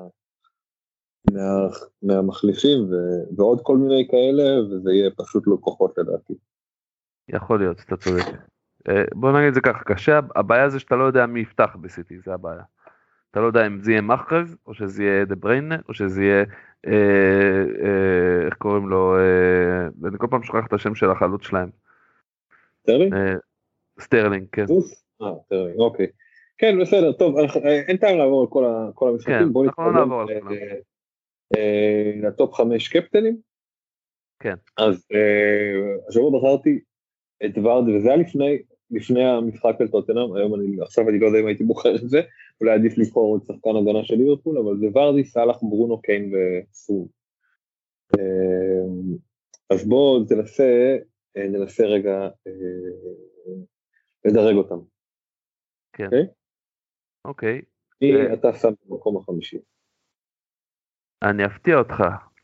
B: מהמחליפים, ועוד כל מיני כאלה, וזה יהיה פשוט לא כוחות לדעתי.
C: יכול להיות, אתה צודק. בוא נגיד זה ככה, קשה, הבעיה זה שאתה לא יודע מי יפתח בסיטי, זה הבעיה. אתה לא יודע אם זה יהיה מחרז, או שזה יהיה דה בריינה, או שזה יהיה, איך קוראים לו, אני כל פעם שוכח את השם של החלוץ שלהם.
B: סטרלינג?
C: סטרלינג, כן.
B: סטרלינג, אוקיי. כן, בסדר, טוב, אין טעם לעבור על כל המשחקים,
C: כן,
B: בואו
C: אנחנו לא נעבור על כולם.
B: לטופ 5 קפטנים.
C: כן.
B: אז השבוע בחרתי את ורד, וזה היה לפני המשחק של טוטנהאם, עכשיו אני לא יודע אם הייתי בוחר את זה, אולי עדיף לבחור את שחקן הגנה של ליברפול, אבל זה ורדי, סלאח, ברונו, קיין וסון. אז בואו ננסה רגע לדרג אותם.
C: כן. אוקיי.
B: אתה שם במקום החמישי.
C: אני אפתיע אותך.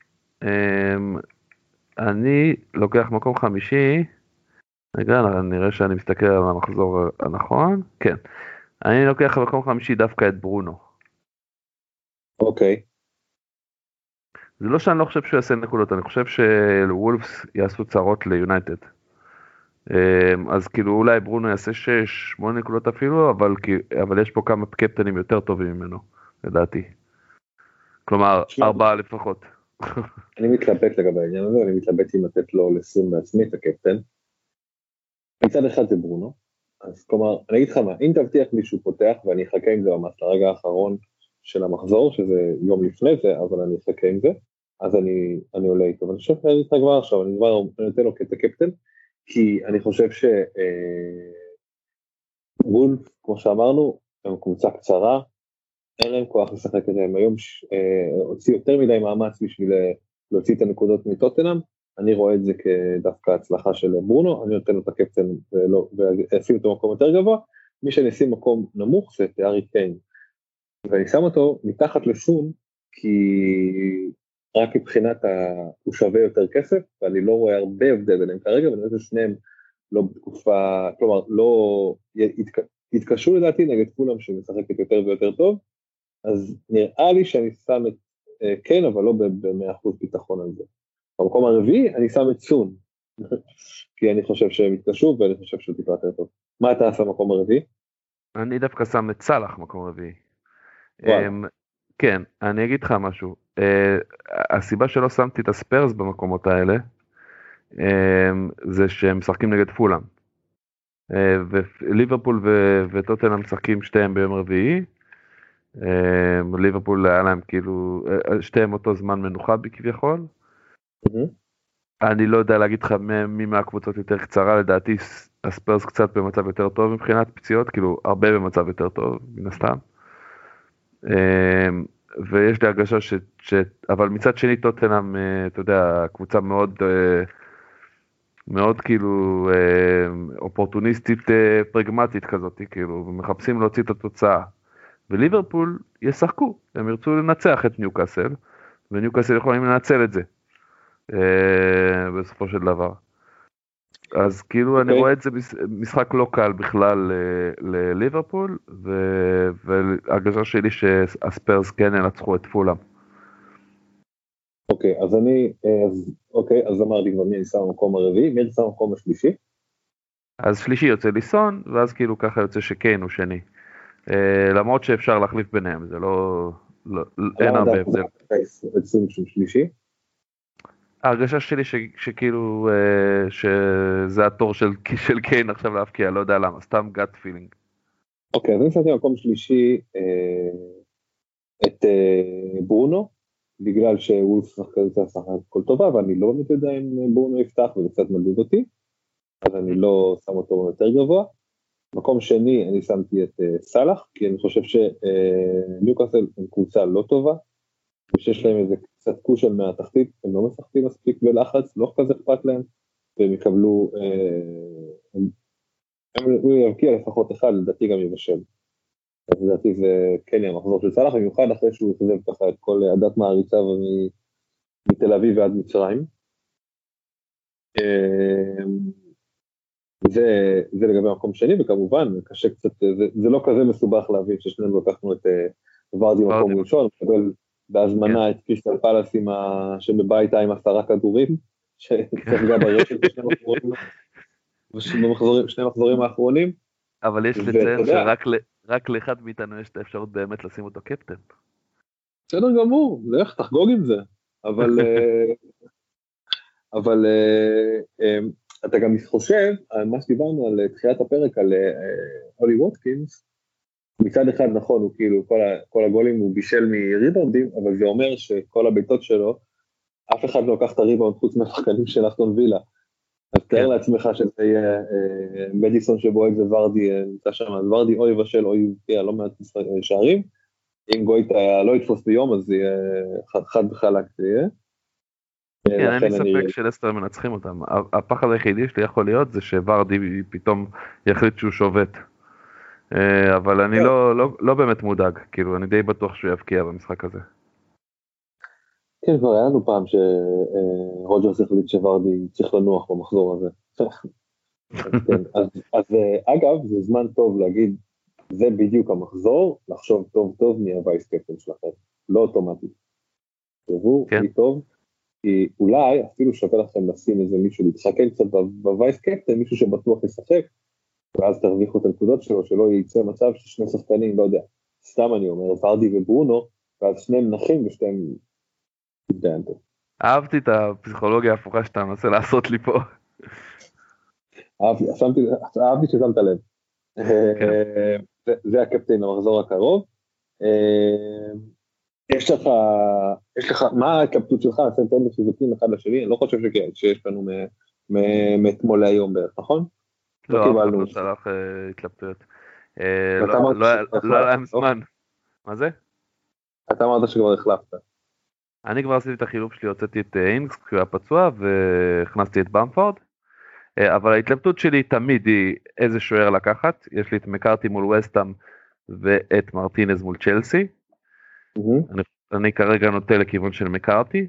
C: אני לוקח מקום חמישי, רגע, נראה שאני מסתכל על המחזור הנכון, כן. אני לוקח במקום חמישי דווקא את ברונו.
B: אוקיי.
C: זה לא שאני לא חושב שהוא יעשה נקודות, אני חושב שוולפס יעשו צרות ליונייטד. אז כאילו אולי ברונו יעשה 6-8 נקודות אפילו, אבל יש פה כמה קפטנים יותר טובים ממנו, לדעתי. כלומר, 4 לפחות.
B: אני מתלבט לגבי העניין הזה, אני מתלבט אם לתת לו לסון בעצמי את הקפטן. מצד אחד זה ברונו, אז כלומר, אני אגיד לך מה, אם תבטיח מישהו פותח, ואני אחכה עם זה ממש לרגע האחרון של המחזור, שזה יום לפני זה, אבל אני אחכה עם זה, אז אני עולה איתו, ואני חושב שאני איתך כבר עכשיו, אני כבר נותן לו את הקפטן, כי אני חושב וולף, כמו שאמרנו, הם קבוצה קצרה, אין להם כוח לשחק את זה, הם היום הוציא יותר מדי מאמץ בשביל להוציא את הנקודות מטוטנהאם, אני רואה את זה כדווקא הצלחה של ברונו, אני נותן לו את הקפטן ואשים אותו מקום יותר גבוה, מי שאני אשים מקום נמוך זה הארי קיין, ואני שם אותו מתחת לסון, כי רק מבחינת הוא שווה יותר כסף, ואני לא רואה הרבה הבדל ביניהם כרגע, ואני רואה ששניהם לא בתקופה, כלומר לא התקשו לדעתי נגד כולם שמשחקת יותר ויותר טוב, אז נראה לי שאני שם את קיין, אבל לא ב100% ביטחון על זה. במקום הרביעי אני שם את סון, כי אני חושב שהם התקשו, ואני חושב שהוא טיפה יותר טוב. מה אתה עשה במקום הרביעי?
C: אני דווקא שם את סלאח מקום רביעי. כן, אני אגיד לך משהו. הסיבה שלא שמתי את הספרס במקומות האלה, זה שהם משחקים נגד פולאם. וליברפול וטוטנהאם משחקים שתיהם ביום רביעי. ליברפול היה להם כאילו, שתיהם אותו זמן מנוחה בכביכול. אני לא יודע להגיד לך מי מהקבוצות יותר קצרה, לדעתי הספרס קצת במצב יותר טוב מבחינת פציעות, כאילו הרבה במצב יותר טוב, מן הסתם. ויש לי הרגשה אבל מצד שני טוטנהאם, אתה יודע, קבוצה מאוד כאילו אופורטוניסטית פרגמטית כזאת, כאילו, ומחפשים להוציא את התוצאה. וליברפול ישחקו, הם ירצו לנצח את ניוקאסל, וניוקאסל יכולים לנצל את זה, בסופו של דבר. אז כאילו אני רואה את זה משחק לא קל בכלל לליברפול, והרגשה שלי שהספרס כן ינצחו את פולאם.
B: אוקיי, אז אמרתי כבר מי אני שם במקום הרביעי, מי אני שם במקום השלישי?
C: אז שלישי יוצא ליסון, ואז כאילו ככה יוצא שקיין הוא שני. למרות שאפשר להחליף ביניהם, זה לא אין הרבה הבדל.
B: את סון שהוא שלישי?
C: ההרגשה שלי שכאילו שזה התור של קיין עכשיו להפקיע, לא יודע למה, סתם גאט פילינג.
B: אוקיי, אז אני שמתי במקום שלישי את ברונו, בגלל שהוא שחק כל טובה, ואני לא באמת יודע אם ברונו יפתח, וזה קצת מדאיג אותי, אז אני לא שם אותו יותר גבוה. מקום שני, אני שמתי את סלאח, כי אני חושב שניוקאסל הם קבוצה לא טובה, ושיש להם איזה קצת קושל מהתחתית, הם לא משחקים מספיק בלחץ, לא כזה אכפת להם, והם יקבלו, הוא יבקיע לפחות אחד, לדעתי גם יבשל. אז לדעתי זה כן יהיה מחזור של סלאח, במיוחד אחרי שהוא יחזב ככה את כל עדת מעריציו מתל אביב ועד מצרים. זה לגבי המקום שני, וכמובן קשה קצת, זה לא כזה מסובך להבין ששנינו לקחנו את ורדי מקום ראשון, מקבל בהזמנה את קריסטל פלאס שבבית עם 10 כדורים, שספגה ברשת בשני מחזורים האחרונים.
C: אבל יש לציין שרק לאחד מאיתנו יש את האפשרות באמת לשים אותו קפטן.
B: בסדר גמור, לך תחגוג עם זה, אבל אתה גם חושב על מה שדיברנו על תחילת הפרק על הולי ווטקינס, מצד אחד נכון, הוא כאילו כל הגולים הוא בישל מריבאונדים, אבל זה אומר שכל הביתות שלו, אף אחד לא לקח את הריבאונד חוץ מהשחקנים של אסטון וילה, אז תאר לעצמך שזה יהיה מדיסון שבו איזה ורדי נמצא שם, אז ורדי או יבשל או יבקיע לא מעט שערים, אם גויטה לא יתפוס ביום אז זה יהיה חד וחלק זה יהיה.
C: כן, אין לי ספק שלסטר מנצחים אותם, הפחד היחידי שלי יכול להיות זה שוורדי פתאום יחליט שהוא שובת, אבל אני לא באמת מודאג, כאילו אני די בטוח שהוא יבקיע במשחק הזה.
B: כן, כבר היה לנו פעם שרוג'רס החליט שוורדי צריך לנוח במחזור הזה. אז אגב, זה זמן טוב להגיד, זה בדיוק המחזור, לחשוב טוב טוב מי הווייס קפטן שלכם, לא אוטומטית. תראו, מי טוב, כי אולי אפילו שווה לכם לשים איזה מישהו, להתחכם קצת בווייס קפטן, מישהו שבטוח ישחק, ואז תרוויחו את הנקודות שלו, שלא ייצא מצב ששני שחקנים, לא יודע, סתם אני אומר, ורדי וברונו, ואז שניהם נחים ושתיהם דיינטו.
C: אהבתי את הפסיכולוגיה ההפוכה שאתה מנסה לעשות לי פה.
B: אהבתי ששמת לב. זה הקפטן למחזור הקרוב. יש לך, מה ההתלבטות שלך? נעשה תן לחיזוקים אחד לשני, אני לא חושב שיש לנו מאתמול להיום בערך, נכון?
C: לא, לא שלח התלבטויות. לא היה להם זמן. מה זה?
B: אתה אמרת שכבר החלפת.
C: אני כבר עשיתי את החילוף שלי, הוצאתי את אינגס כשהוא היה פצוע והכנסתי את במפורד, אבל ההתלבטות שלי תמיד היא איזה שוער לקחת, יש לי את מקארתי מול וסטאם ואת מרטינז מול צ'לסי, אני כרגע נוטה לכיוון של מקארתי,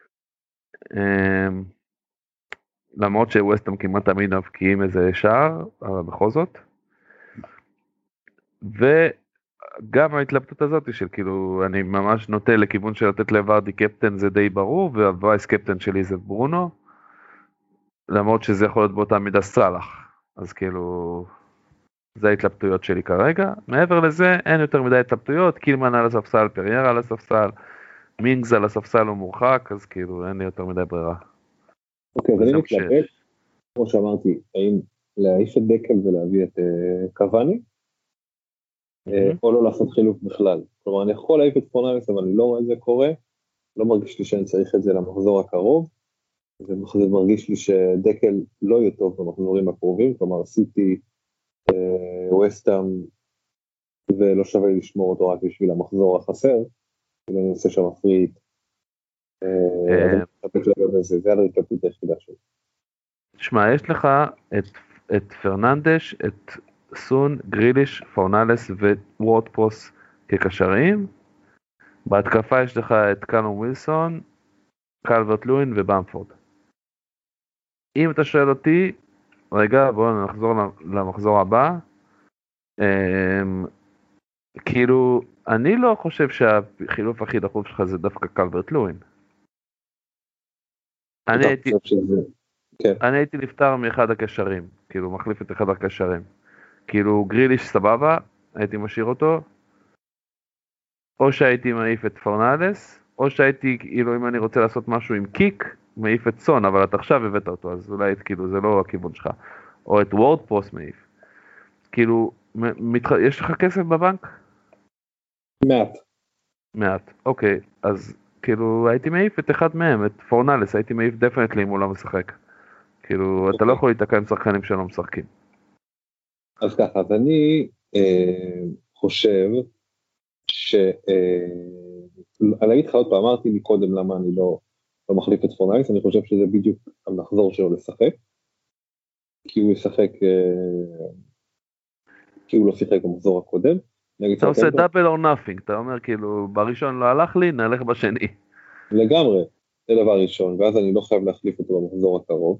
C: למרות שווסטאם כמעט תמיד מבקיעים איזה שער, אבל בכל זאת, וגם ההתלבטות הזאת של כאילו אני ממש נוטה לכיוון של לתת לוורדי קפטן זה די ברור, והווייס קפטן שלי זה ברונו, למרות שזה יכול להיות באותה מידה סלאח, אז כאילו זה ההתלבטויות שלי כרגע. מעבר לזה אין יותר מדי התלבטויות, קילמן על הספסל, פריירה על הספסל, מינגס על הספסל הוא מורחק, אז כאילו אין לי יותר מדי ברירה.
B: אוקיי, אז אני מתלבט, כמו שאמרתי, האם להעיף את דקל ולהביא את קוואני, או לא לעשות חילוף בכלל. כלומר, אני יכול להעיף את פורנלס, אבל אני לא רואה את זה קורה, לא מרגיש לי שאני צריך את זה למחזור הקרוב, זה מרגיש לי שדקל לא יהיה טוב במחזורים הקרובים, כלומר, סיטי, ווסטאם, ולא שווה לשמור אותו רק בשביל המחזור החסר, כי אני עושה שם מפריד, זה על ההתלבטות היחידה שלי.
C: תשמע, יש לך את פרננדש, את סון, גריליש, פורנלס ווורדפרוס כקשרים, בהתקפה יש לך את קלום ווילסון, קלברט לוין ובמפורד. אם אתה שואל אותי, רגע בואו נחזור למחזור הבא, כאילו אני לא חושב שהחילוף הכי דחוף שלך זה דווקא קלברט לוין. אני הייתי לפתר מאחד הקשרים, כאילו מחליף את אחד הקשרים, כאילו גריליש סבבה, הייתי משאיר אותו, או שהייתי מעיף את פורנלס, או שהייתי, כאילו אם אני רוצה לעשות משהו עם קיק, מעיף את סון, אבל אתה עכשיו הבאת אותו, אז אולי כאילו זה לא הכיוון שלך. או את וורדפרוס מעיף. כאילו, יש לך כסף בבנק?
B: מעט.
C: מעט, אוקיי, אז כאילו הייתי מעיף את אחד מהם, את פורנלס, הייתי מעיף דפנטלי אם הוא לא משחק. כאילו, אתה לא יכול להתקע עם שחקנים שלא משחקים.
B: אז ככה, אז אני חושב אני אגיד לך עוד פעם, אמרתי מקודם למה אני לא מחליף את פורנלס, אני חושב שזה בדיוק המחזור שלו לשחק, כי הוא ישחק, כי הוא לא שיחק במחזור הקודם.
C: אתה עושה דאבל או נאפינג, אתה אומר כאילו, בראשון לא הלך לי, נלך בשני.
B: לגמרי, זה דבר ראשון, ואז אני לא חייב להחליף אותו במחזור הקרוב.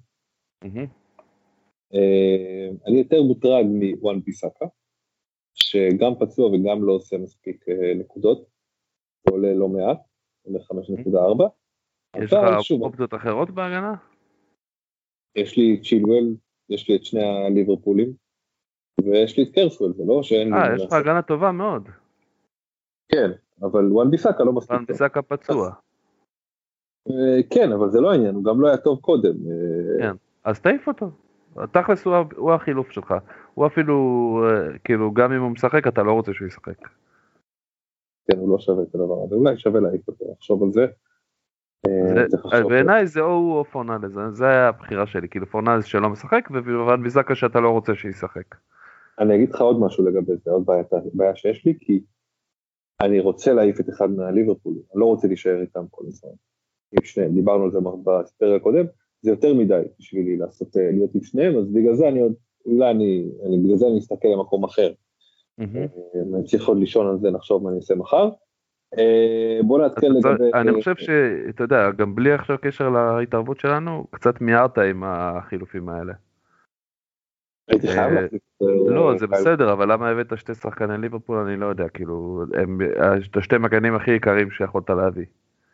B: אני יותר מוטרד מוואן ביסאקה, שגם פצוע וגם לא עושה מספיק נקודות, הוא עולה לא מעט, עולה 5.4.
C: יש לך אופציות אחרות בהגנה?
B: יש לי את צ'ילואל, יש לי את שני הליברפולים, ויש לי את קרסוול, זה לא שאין לי...
C: יש לך הגנה טובה מאוד.
B: כן, אבל וואן ביסאקה לא מספיק טוב.
C: וואן ביסאקה פצוע.
B: כן, אבל זה לא העניין, הוא גם לא היה טוב קודם.
C: כן, אז תעיף אותו. תכלס הוא החילוף שלך. הוא אפילו, כאילו, גם אם הוא משחק, אתה לא רוצה שהוא ישחק.
B: כן, הוא לא שווה את הדבר הזה, אולי שווה להעיף אותו, לחשוב על זה.
C: בעיניי זה או הוא או פורנלס, זה הבחירה שלי, כאילו פורנלס שלא משחק, וואן ביסאקה שאתה לא רוצה שישחק.
B: אני אגיד לך עוד משהו לגבי זה, עוד בעיה שיש לי, כי אני רוצה להעיף את אחד מהליברפולים, אני לא רוצה להישאר איתם כל הזמן. עם שניהם, דיברנו על זה בספר הקודם, זה יותר מדי בשבילי להיות עם שניהם, אז בגלל זה בגלל זה אני אסתכל למקום אחר. אני צריך עוד לישון על זה, נחשוב מה אני אעשה מחר. בוא נעדכן לגבי...
C: אני חושב שאתה יודע, גם בלי עכשיו קשר להתערבות שלנו, קצת מיהרת עם החילופים האלה.
B: הייתי חייב להחליף.
C: לא, זה בסדר, אבל למה הבאת שתי שחקני ליברפול, אני לא יודע, כאילו, הם השתי מגנים הכי יקרים שיכולת להביא.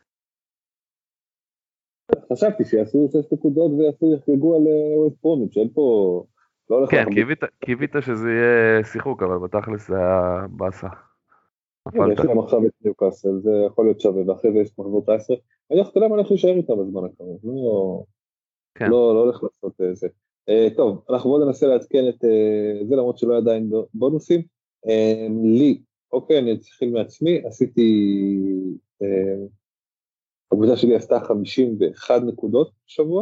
B: חשבתי שיעשו 6 נקודות ויחגגו על ווסט ברומיץ', אין פה...
C: כן, קיווית שזה יהיה שיחוק, אבל בתכלס זה היה באסה.
B: יש להם עכשיו את ניוקאסל, זה יכול להיות שווה, ואחרי זה יש מחזור 19. אני חושב למה אנחנו נשאר איתם בזמן הקרוב, לא הולך לעשות זה. טוב, אנחנו בואו ננסה לעדכן את זה, למרות שלא עדיין בונוסים. לי, אוקיי, אני אתחיל מעצמי, עשיתי... הקבוצה שלי עשתה 51 נקודות בשבוע,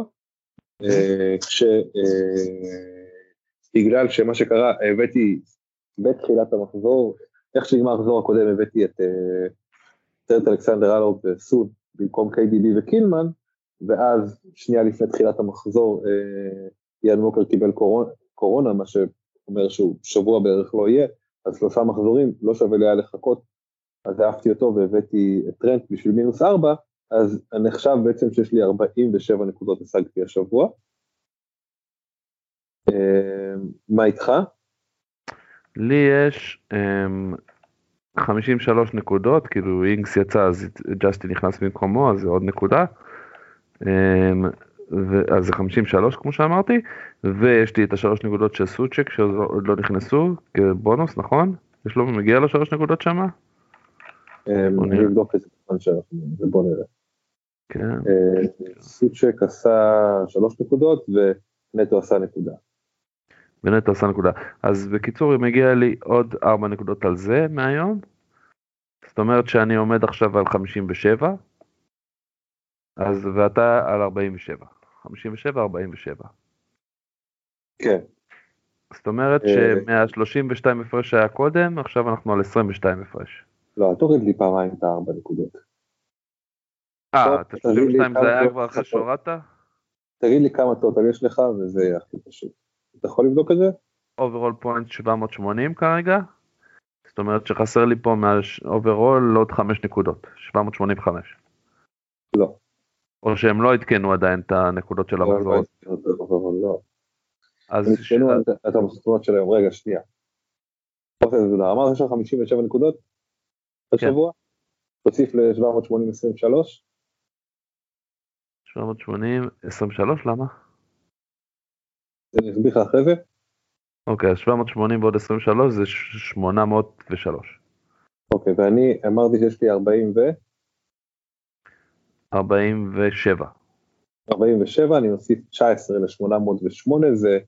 B: בגלל שמה שקרה, הבאתי בתחילת המחזור, איך שנגמר המחזור הקודם, הבאתי את טרנט אלכסנדר-ארנולד וסון, במקום KDB וקילמן, ואז שנייה לפני תחילת המחזור, איאן ווקר קיבל קורונה, מה שאומר שהוא שבוע בערך לא יהיה, אז 3 מחזורים, לא שווה לי היה לחכות, אז העפתי אותו והבאתי את טרנט בשביל -4, אז נחשב בעצם שיש לי 47 נקודות השגתי השבוע. מה איתך?
C: לי יש 53 נקודות, כאילו אינגס יצא, אז ג'סטי נכנס במקומו, אז זה עוד נקודה. אז זה 53 כמו שאמרתי, ויש לי את 3 נקודות של סוצ'ק שעוד לא נכנסו, כבונוס, נכון? יש לו, מגיע לו 3 נקודות שמה?
B: אני אבדוק את זה, בוא נראה.
C: כן.
B: סוצ'ק עשה 3 נקודות, ונטו עשה נקודה.
C: ונטו עשה נקודה. אז בקיצור, מגיע לי עוד 4 נקודות על זה מהיום. זאת אומרת שאני עומד עכשיו על 57, אז ואתה על 47. 57, 47.
B: כן.
C: זאת אומרת שמה-32 הפרש שהיה קודם, עכשיו אנחנו על 22 הפרש.
B: לא, תוריד לי פעמיים את 4 נקודות.
C: את ה-32 זה היה כבר אחרי שהורדת?
B: תגיד לי כמה טוטל יש לך, וזה יהיה הכי פשוט. אתה יכול לבדוק את זה?
C: אוברול פוינט 780 כרגע. זאת אומרת שחסר לי פה מהאוברול עוד 5 נקודות, 785.
B: לא.
C: או שהם לא התקנו עדיין את הנקודות של המחזור.
B: לא.
C: אז...
B: הם התקנו את המחזורות של היום, רגע, שנייה. אמרת יש לך 57 נקודות בשבוע? תוסיף ל-780 23?
C: 780 23, למה?
B: אני אסביר לך אחרי זה.
C: אוקיי, אז 780 ועוד 23 זה 803.
B: אוקיי, ואני אמרתי שיש לי 40 ו...
C: 47.
B: 47, אני מוסיף 19 ל-808, זה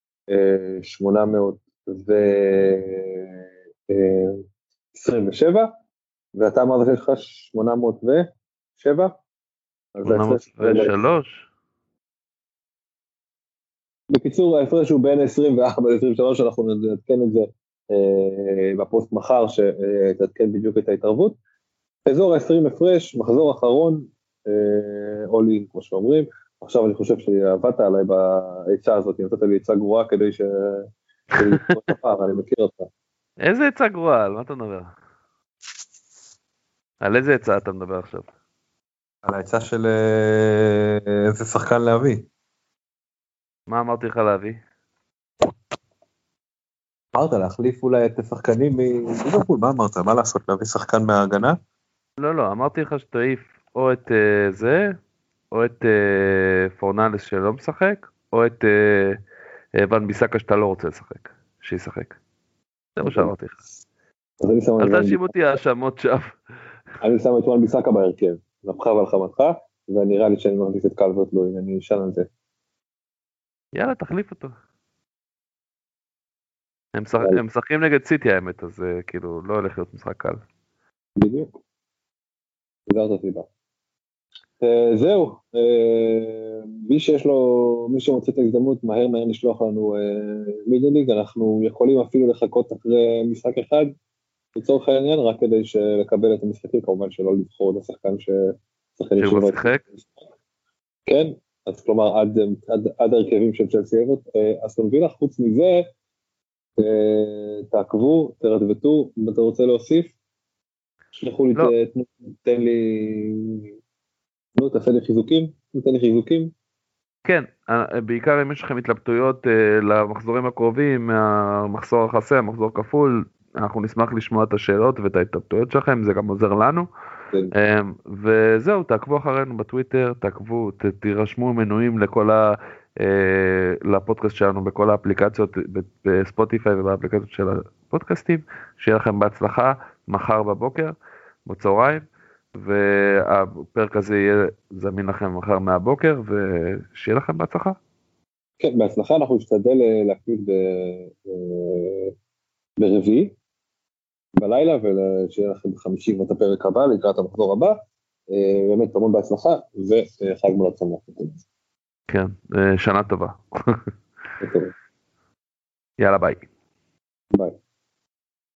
B: 827, ואתה אמרת לך 807?
C: 803?
B: בקיצור, ההפרש הוא בין 24 ל-23, אנחנו נתקן את זה בפוסט מחר, שתתקן בדיוק את ההתערבות. אזור ה-20 הפרש, מחזור אחרון, אולין, כמו שאומרים. עכשיו אני חושב שעבדת עליי בעצה הזאת, נתת לי עצה גרועה כדי אני מכיר אותך.
C: איזה עצה גרועה? על מה אתה מדבר? על איזה עצה אתה מדבר עכשיו?
B: על העצה של איזה שחקן להביא.
C: מה אמרתי לך להביא?
B: אמרת להחליף אולי את השחקנים מליברפול, מה אמרת? מה לעשות? להביא שחקן מההגנה?
C: לא, אמרתי לך שתעיף או את זה, או את פורנלס שלא משחק, או את ון ביסקה שאתה לא רוצה לשחק, שישחק. זה מה שאמרתי לך. אל תאשים אותי האשמות שם.
B: אני שם את ון ביסקה בהרכב, נפחה ועל חמתך, ונראה לי שאני מכניס את קלברט לוין, אני אשאל על זה.
C: יאללה, תחליף אותו. הם משחקים נגד סיטי האמת, אז כאילו לא הולך להיות משחק קל.
B: בדיוק. זאת הסיבה. זהו, מי שמוצא את ההזדמנות, מהר נשלוח לנו מידליג, אנחנו יכולים אפילו לחכות אחרי משחק אחד, לצורך העניין, רק כדי לקבל את המשחקים, כמובן שלא לבחור את השחקן ששחקן
C: שהוא משחק?
B: כן, אז כלומר עד הרכבים של צ'לסי אסטון וילה, חוץ מזה, תעקבו, תרדבטו, אם אתה רוצה להוסיף, שלחו לי, תן לי, תעשה לי חיזוקים, תן לי חיזוקים.
C: כן, בעיקר אם יש לכם התלבטויות למחזורים הקרובים, המחזור החסר, המחזור כפול, אנחנו נשמח לשמוע את השאלות ואת ההתלבטויות שלכם, זה גם עוזר לנו. וזהו, תעקבו אחרינו בטוויטר, תעקבו, תירשמו מנויים לפודקאסט שלנו בכל האפליקציות, בספוטיפיי ובאפליקציות של הפודקאסטים, שיהיה לכם בהצלחה מחר בבוקר, בצהריים, והפרק הזה יהיה זמין לכם מחר מהבוקר, ושיהיה לכם בהצלחה.
B: כן, בהצלחה אנחנו נשתדל להקליט ברביעי, בלילה, ושיהיה לכם ב50 את הפרק הבא, לקראת המחזור הבא, באמת המון בהצלחה, וחג מולד שמח.
C: כן, שנה טובה. יאללה ביי.
B: ביי.